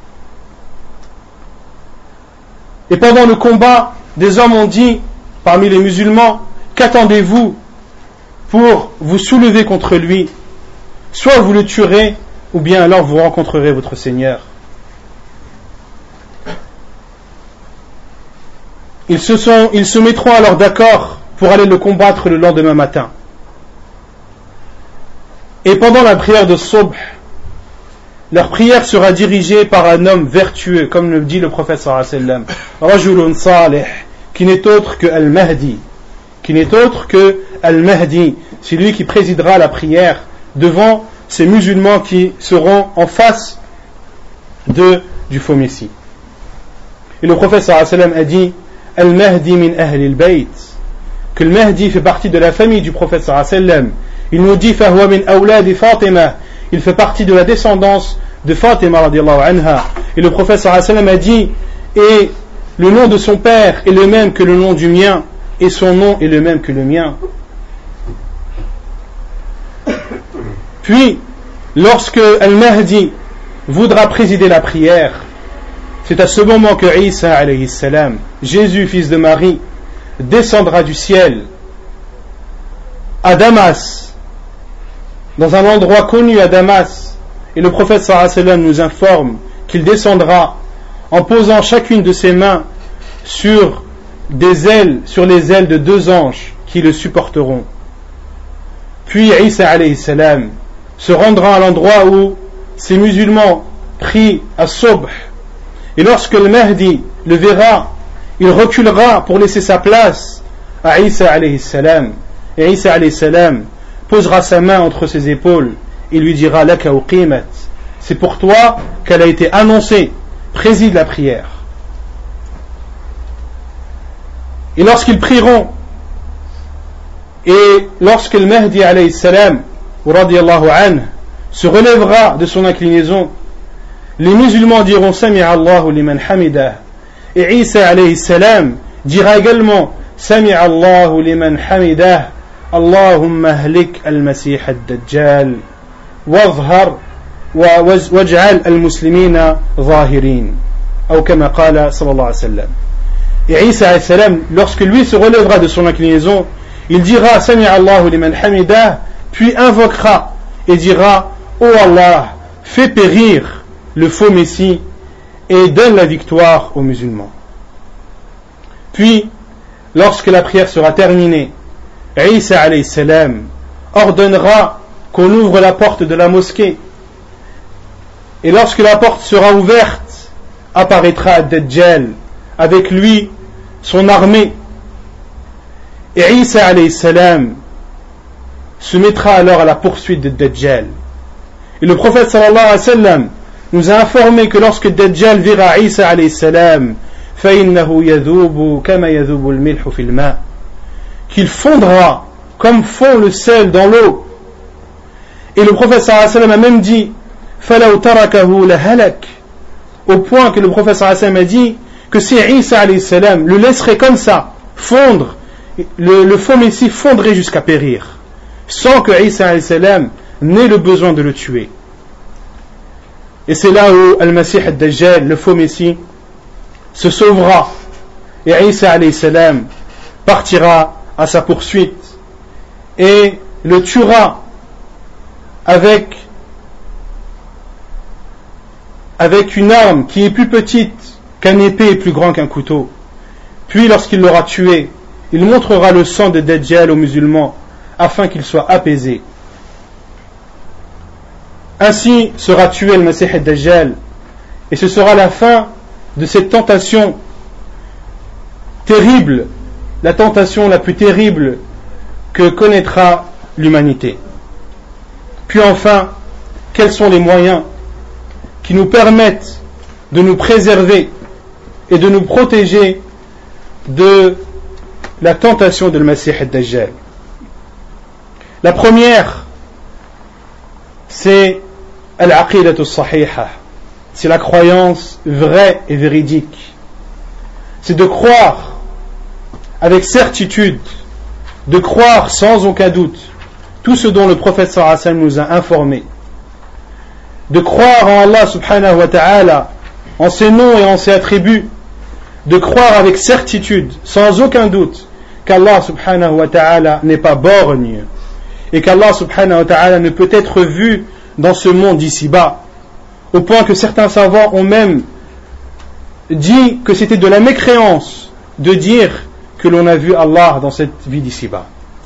Et pendant le combat, des hommes ont dit parmi les musulmans: qu'attendez-vous pour vous soulever contre lui? Soit vous le tuerez, ou bien alors vous rencontrerez votre Seigneur. Ils se, sont, ils se mettront alors d'accord pour aller le combattre le lendemain matin. Et pendant la prière de Subh, leur prière sera dirigée par un homme vertueux, comme le dit le prophète sallallahu alayhi wa sallam, Rajulun Salih, qui n'est autre que Al-Mahdi, qui n'est autre que Al-Mahdi, c'est lui qui présidera la prière devant ces musulmans qui seront en face de, du faux Messie. Et le prophète sallallahu alayhi wa sallam a dit: Al-Mahdi min ahli al-bayt, que le Mahdi fait partie de la famille du prophète sallallahu alayhi wa sallam. Il nous dit: Fahuwa min awladi Fatima, il fait partie de la descendance de Fatima radiallahu anha. Et le prophète sallallahu alayhi wa sallam a dit: et le nom de son père est le même que le nom du mien, et son nom est le même que le mien. Puis, lorsque Al-Mahdi voudra présider la prière, c'est à ce moment que Isa alayhi salam, Jésus fils de Marie, descendra du ciel à Damas, dans un endroit connu à Damas, et le prophète sallallahu alayhi wa sallam nous informe qu'il descendra en posant chacune de ses mains sur des ailes, sur les ailes de deux anges qui le supporteront. Puis Isa alayhi salam se rendra à l'endroit où ces musulmans prient à Subh, et lorsque le Mahdi le verra, il reculera pour laisser sa place à Isa alayhi salam, et Isa alayhi salam posera sa main entre ses épaules et lui dira: Laka uqimat, c'est pour toi qu'elle a été annoncée, préside la prière. Et lorsqu'ils prieront, et lorsque le Mahdi alayhi salam radiallahu anhu se relèvera de son inclinaison, les musulmans diront Sami'a Allahu liman hamidah, et Isa alayhi salam dira également Sami'a Allahu liman hamidah, Allahumma ahlik al-Masih ad-Dajjal wazhar waj'al al-muslimina zahirin, ou kama qala sallallahu alayhi wa sallam. Et Isa alayhi salam, lorsque lui se relèvera de son inclinaison, il dira Sami'a Allahu liman hamidah, puis invoquera et dira ô Allah, fais périr le faux Messie et donne la victoire aux musulmans. Puis, lorsque la prière sera terminée, Isa alayhi salam ordonnera qu'on ouvre la porte de la mosquée. Et lorsque la porte sera ouverte, apparaîtra Dajjal, avec lui son armée. Et Isa alayhi salam se mettra alors à la poursuite de Dajjal. Et le prophète sallallahu alayhi wa sallam nous a informé que lorsque Dajjal verra Isa alayhi salam, فَإِنَّهُ يَذُوبُ كَمَا يَذُوبُ الْمِلْحُ فِي الْمَاءِ, qu'il fondra comme fond le sel dans l'eau. Et le prophète sallallahu alayhi wa sallam a même dit فَلَوْ تَرَكَهُ لَهَلَكَ, au point que le prophète sallallahu alayhi wa sallam a dit que si Isa alayhi salam le laisserait comme ça fondre, le, le faux Messie fondrait jusqu'à périr, sans que Isa alayhi salam n'ait le besoin de le tuer. Et c'est là où Al-Masih ad-Dajjal, le faux Messie, se sauvera, et Isa alayhi salam partira à sa poursuite et le tuera avec avec une arme qui est plus petite qu'un épée et plus grand qu'un couteau. Puis lorsqu'il l'aura tué, il montrera le sang de Dajjal aux musulmans afin qu'ils soient apaisés. Ainsi sera tué le Masih ad-Dajjal, et ce sera la fin de cette tentation terrible, la tentation la plus terrible que connaîtra l'humanité. Puis enfin, quels sont les moyens qui nous permettent de nous préserver et de nous protéger de la tentation de le Masih ad-Dajjal? La première, c'est al-aqidatu as-sahiha, c'est la croyance vraie et véridique. C'est de croire avec certitude, de croire sans aucun doute tout ce dont le prophète sallallahu alayhi wa sallam nous a informé, de croire en Allah subhanahu wa ta'ala, en ses noms et en ses attributs, de croire avec certitude, sans aucun doute, qu'Allah subhanahu wa ta'ala n'est pas borgne, et qu'Allah subhanahu wa ta'ala ne peut être vu dans ce monde d'ici-bas, au point que certains savants ont même dit que c'était de la mécréance de dire que l'on a vu Allah dans cette vie d'ici-bas.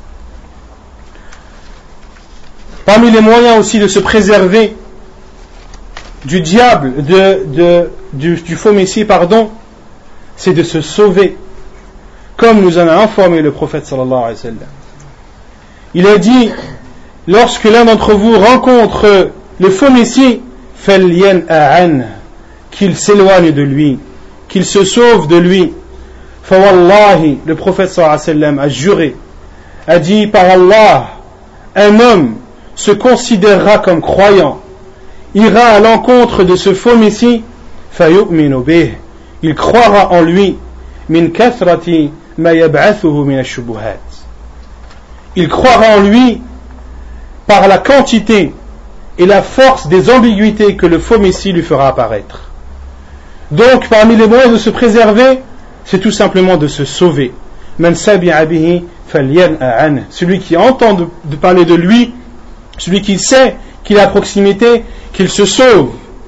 Parmi les moyens aussi de se préserver du diable, de, de, du, du faux Messie, pardon, c'est de se sauver, comme nous en a informé le prophète sallallahu alayhi wa sallam. Il a dit, lorsque l'un d'entre vous rencontre le faux Messie, فَلْيَنْأَعَنْ, qu'il s'éloigne de lui, qu'il se sauve de lui. فَوَاللَّهِ, le prophète sallallahu alayhi wa sallam a juré, a dit, par Allah, un homme se considérera comme croyant, ira à l'encontre de ce faux Messie, فَيُؤْمِنُ بِهِ, il croira en lui, مِنْ كَثْرَةِ مَا يَبْعَثُهُ مِنَ الشُّبُهَاتِ, il croira en lui par la quantité et la force des ambiguïtés que le faux Messie lui fera apparaître. Donc, parmi les moyens de se préserver, c'est tout simplement de se sauver. Man sabi'a bihi falyan'an, celui qui entend de, de parler de lui, celui qui sait qu'il est à proximité, qu'il se sauve.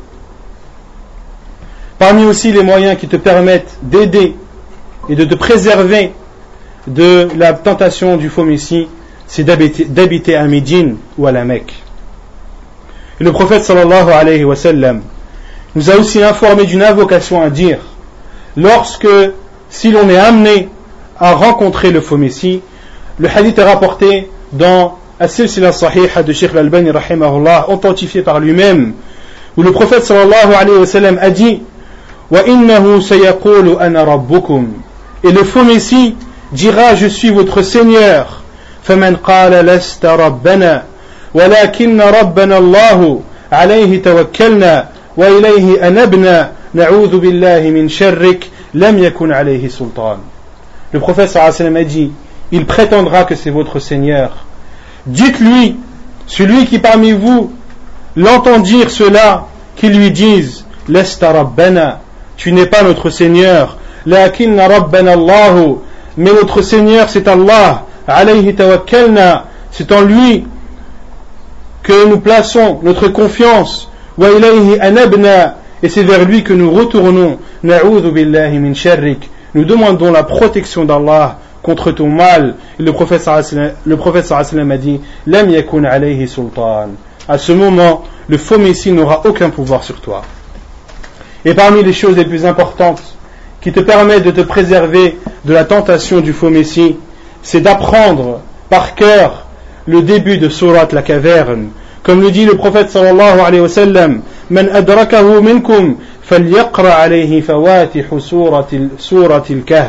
Parmi aussi les moyens qui te permettent d'aider et de te préserver de la tentation du faux Messie, c'est d'habiter, d'habiter à Médine ou à la Mecque. Et le prophète sallallahu alayhi wa sallam nous a aussi informé d'une invocation à dire lorsque, si l'on est amené à rencontrer le faux Messie. Le hadith est rapporté dans As-Silsila Sahiha de Sheikh Al-Albani rahimahullah, authentifié par lui-même, où le prophète sallallahu alayhi wa sallam a dit wa innahu sayaqulu ana rabbukum, et le faux Messie dira je suis votre Seigneur. فمن قال لست ربنا ولكن ربنا الله عليه توكلنا وإليه أنبنا نعوذ بالله من شرك لم يكن عليه سلطان. Le prophète sallallahu alayhi wa sallam a dit, il prétendra que c'est votre Seigneur. Dites-lui, celui qui parmi vous l'entend dire cela, qu'il lui dise, lesta rabbana, tu n'es pas notre Seigneur, lakinna rabbana Allahu, mais notre Seigneur c'est Allah, alayhi tawakkalna, c'est en lui que nous plaçons notre confiance, wa ilayhi anabna, et c'est vers lui que nous retournons, na'udhu billahi min sharrik, nous demandons la protection d'Allah contre ton mal. Et le prophète sallallahu alayhi wa sallam a dit, lam yakun alayhi sultan, à ce moment le faux messie n'aura aucun pouvoir sur toi. Et parmi les choses les plus importantes qui te permettent de te préserver de la tentation du faux messie, c'est d'apprendre par cœur le début de sourate la caverne. Comme le dit le prophète sallallahu alayhi wa sallam, man adrakahu minkum falyaqra alayhi fawatihu suratil suratil kahf.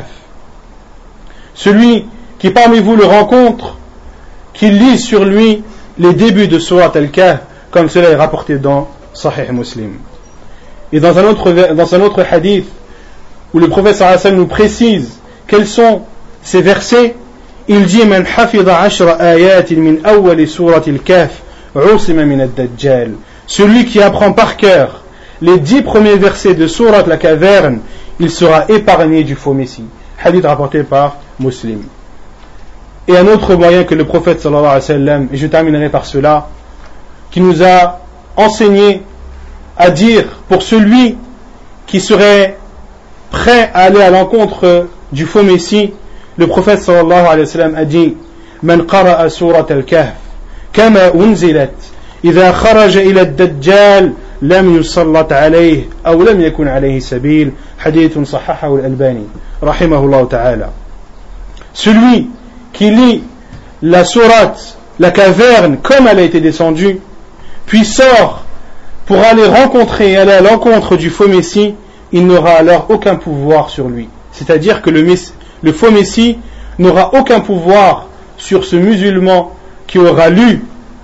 Celui qui parmi vous le rencontre, qu'il lise sur lui les débuts de Surat al-Kahf, comme cela est rapporté dans Sahih Muslim. Et dans un autre, dans un autre hadith, où le prophète sallallahu alayhi wa sallam nous précise quels sont ces versets, il dit, man hafidha ashra ayatin min awwali Surat al-Kahf, usima min ad-dajjal. Celui qui apprend par cœur les dix premiers versets de Surat la caverne, il sera épargné du faux messie. Hadith rapporté par Muslim. Et un autre moyen que le prophète sallallahu alayhi wa sallam, et je terminerai par cela, qui nous a enseigné à dire pour celui qui serait prêt à aller à l'encontre du faux messie, le prophète sallallahu alayhi wa sallam a dit, man qara'a surat al-kahf kama unzilat idha kharaja ila ad-dajjal lam yusallat alayhi aw lam yakun alayhi sabil. Hadithun sahahahu al-Albani rahimahullah ta'ala. Celui qui lit la sourate, la caverne, comme elle a été descendue, puis sort pour aller rencontrer et aller à l'encontre du faux messie, il n'aura alors aucun pouvoir sur lui. C'est-à-dire que le, messie, le faux messie n'aura aucun pouvoir sur ce musulman qui aura lu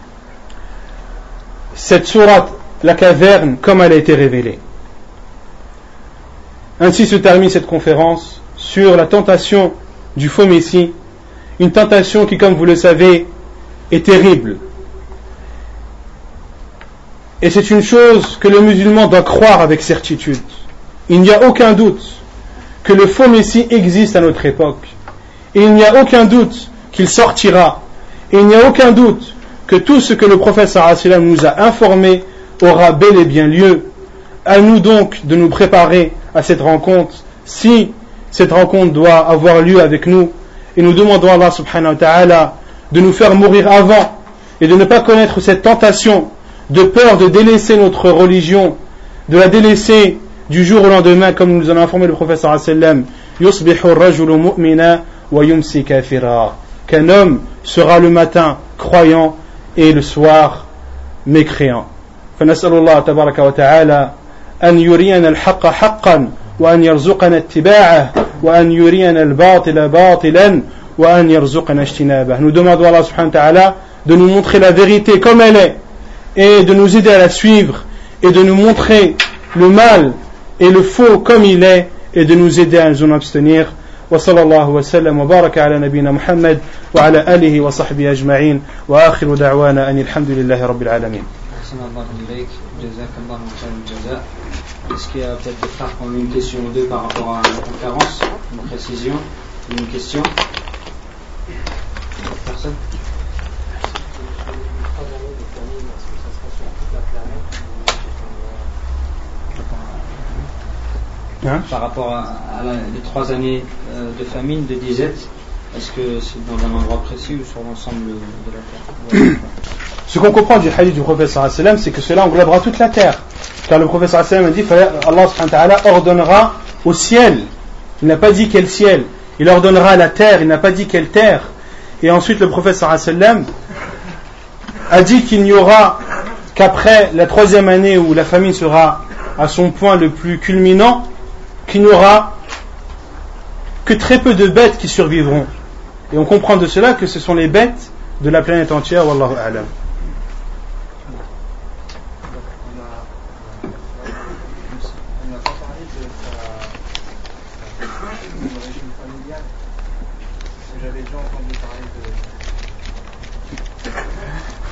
cette sourate, la caverne, comme elle a été révélée. Ainsi se termine cette conférence sur la tentation du faux messie, une tentation qui, comme vous le savez, est terrible. Et c'est une chose que le musulman doit croire avec certitude. Il n'y a aucun doute que le faux messie existe à notre époque. Et il n'y a aucun doute qu'il sortira. Et il n'y a aucun doute que tout ce que le prophète sallallahu alayhi wa sallam nous a informé aura bel et bien lieu. À nous donc de nous préparer à cette rencontre, si cette rencontre doit avoir lieu avec nous, et nous demandons à Allah subhanahu wa ta'ala de nous faire mourir avant et de ne pas connaître cette tentation de peur de délaisser notre religion, de la délaisser du jour au lendemain, comme nous en a informé le prophète sallallahu alayhi wa sallam, yusbihu ar-rajulu mu'mina wa yumsi kafira, qu'un homme sera le matin croyant et le soir mécréant. فنسأل الله تبارك وتعالى أن يرينا الحق حقا وأن يرزقنا اتباعه وأن يرينا الباطل باطلا وأن يرزقنا اجتنابه. Nous demandons à Allah subhanahu wa ta'ala de nous montrer la vérité comme elle est et de nous aider à la suivre et de nous montrer le mal et le faux comme il est et de nous aider à nous en abstenir. وصلى الله وسلم وبارك على نبينا محمد وعلى آله وصحبه أجمعين وآخر دعوانا أن الحمد لله رب العالمين. Est-ce qu'il y a peut-être des frères qui ont une question ou deux par rapport à la conférence, une précision, une question? Personne? Hein? Par rapport à, à la, les trois années euh, de famine, de disette, est-ce que c'est dans un endroit précis ou sur l'ensemble de la terre? Ce qu'on comprend du hadith du prophète sallallahu alayhi wa sallam, c'est que cela englobera toute la terre. Car le prophète sallallahu alayhi wa sallam a dit, Allah subhanahu wa ta'ala ordonnera au ciel. Il n'a pas dit quel ciel. Il ordonnera à la terre. Il n'a pas dit quelle terre. Et ensuite le prophète sallallahu alayhi wa sallam a dit qu'il n'y aura qu'après la troisième année où la famine sera à son point le plus culminant, qu'il n'y aura que très peu de bêtes qui survivront. Et on comprend de cela que ce sont les bêtes de la planète entière. Wallahu a'lam.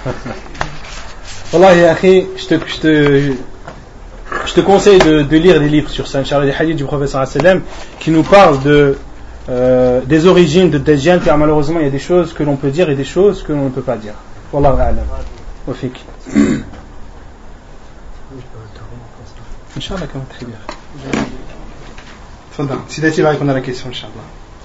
Wallahi, akhi, je te, je te, je te conseille de, de lire des livres sur ça, Inch'Allah, des hadiths du prophète sallallahu alayhi wa sallam qui nous parlent de, euh, des origines de Dajjal, car malheureusement il y a des choses que l'on peut dire et des choses que l'on ne peut pas dire. Wallahu a'lam. Wa fik. Inch'Allah, comme très bien. Fondant. Si Dati va répondre à la question, Inch'Allah.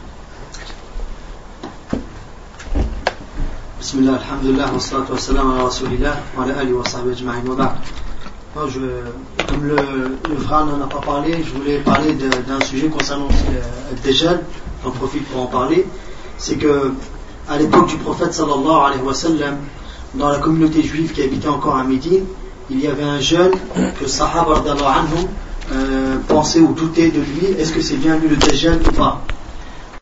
Bismillah, alhamdulillah, wa salatu wa salam ala rasulillah, wa ala alihi wa sahbihi ajma'in wa ba'd. Moi, je, comme le, le frère n'en a pas parlé, je voulais parler de, d'un sujet concernant le Dajjal, j'en profite pour en parler. C'est que, à l'époque du prophète sallallahu alayhi wa sallam, dans la communauté juive qui habitait encore à Médine, il y avait un jeune que Sahaba radhiyallahu anhum euh, pensait ou doutait de lui, est-ce que c'est bien lui le Dajjal ou pas?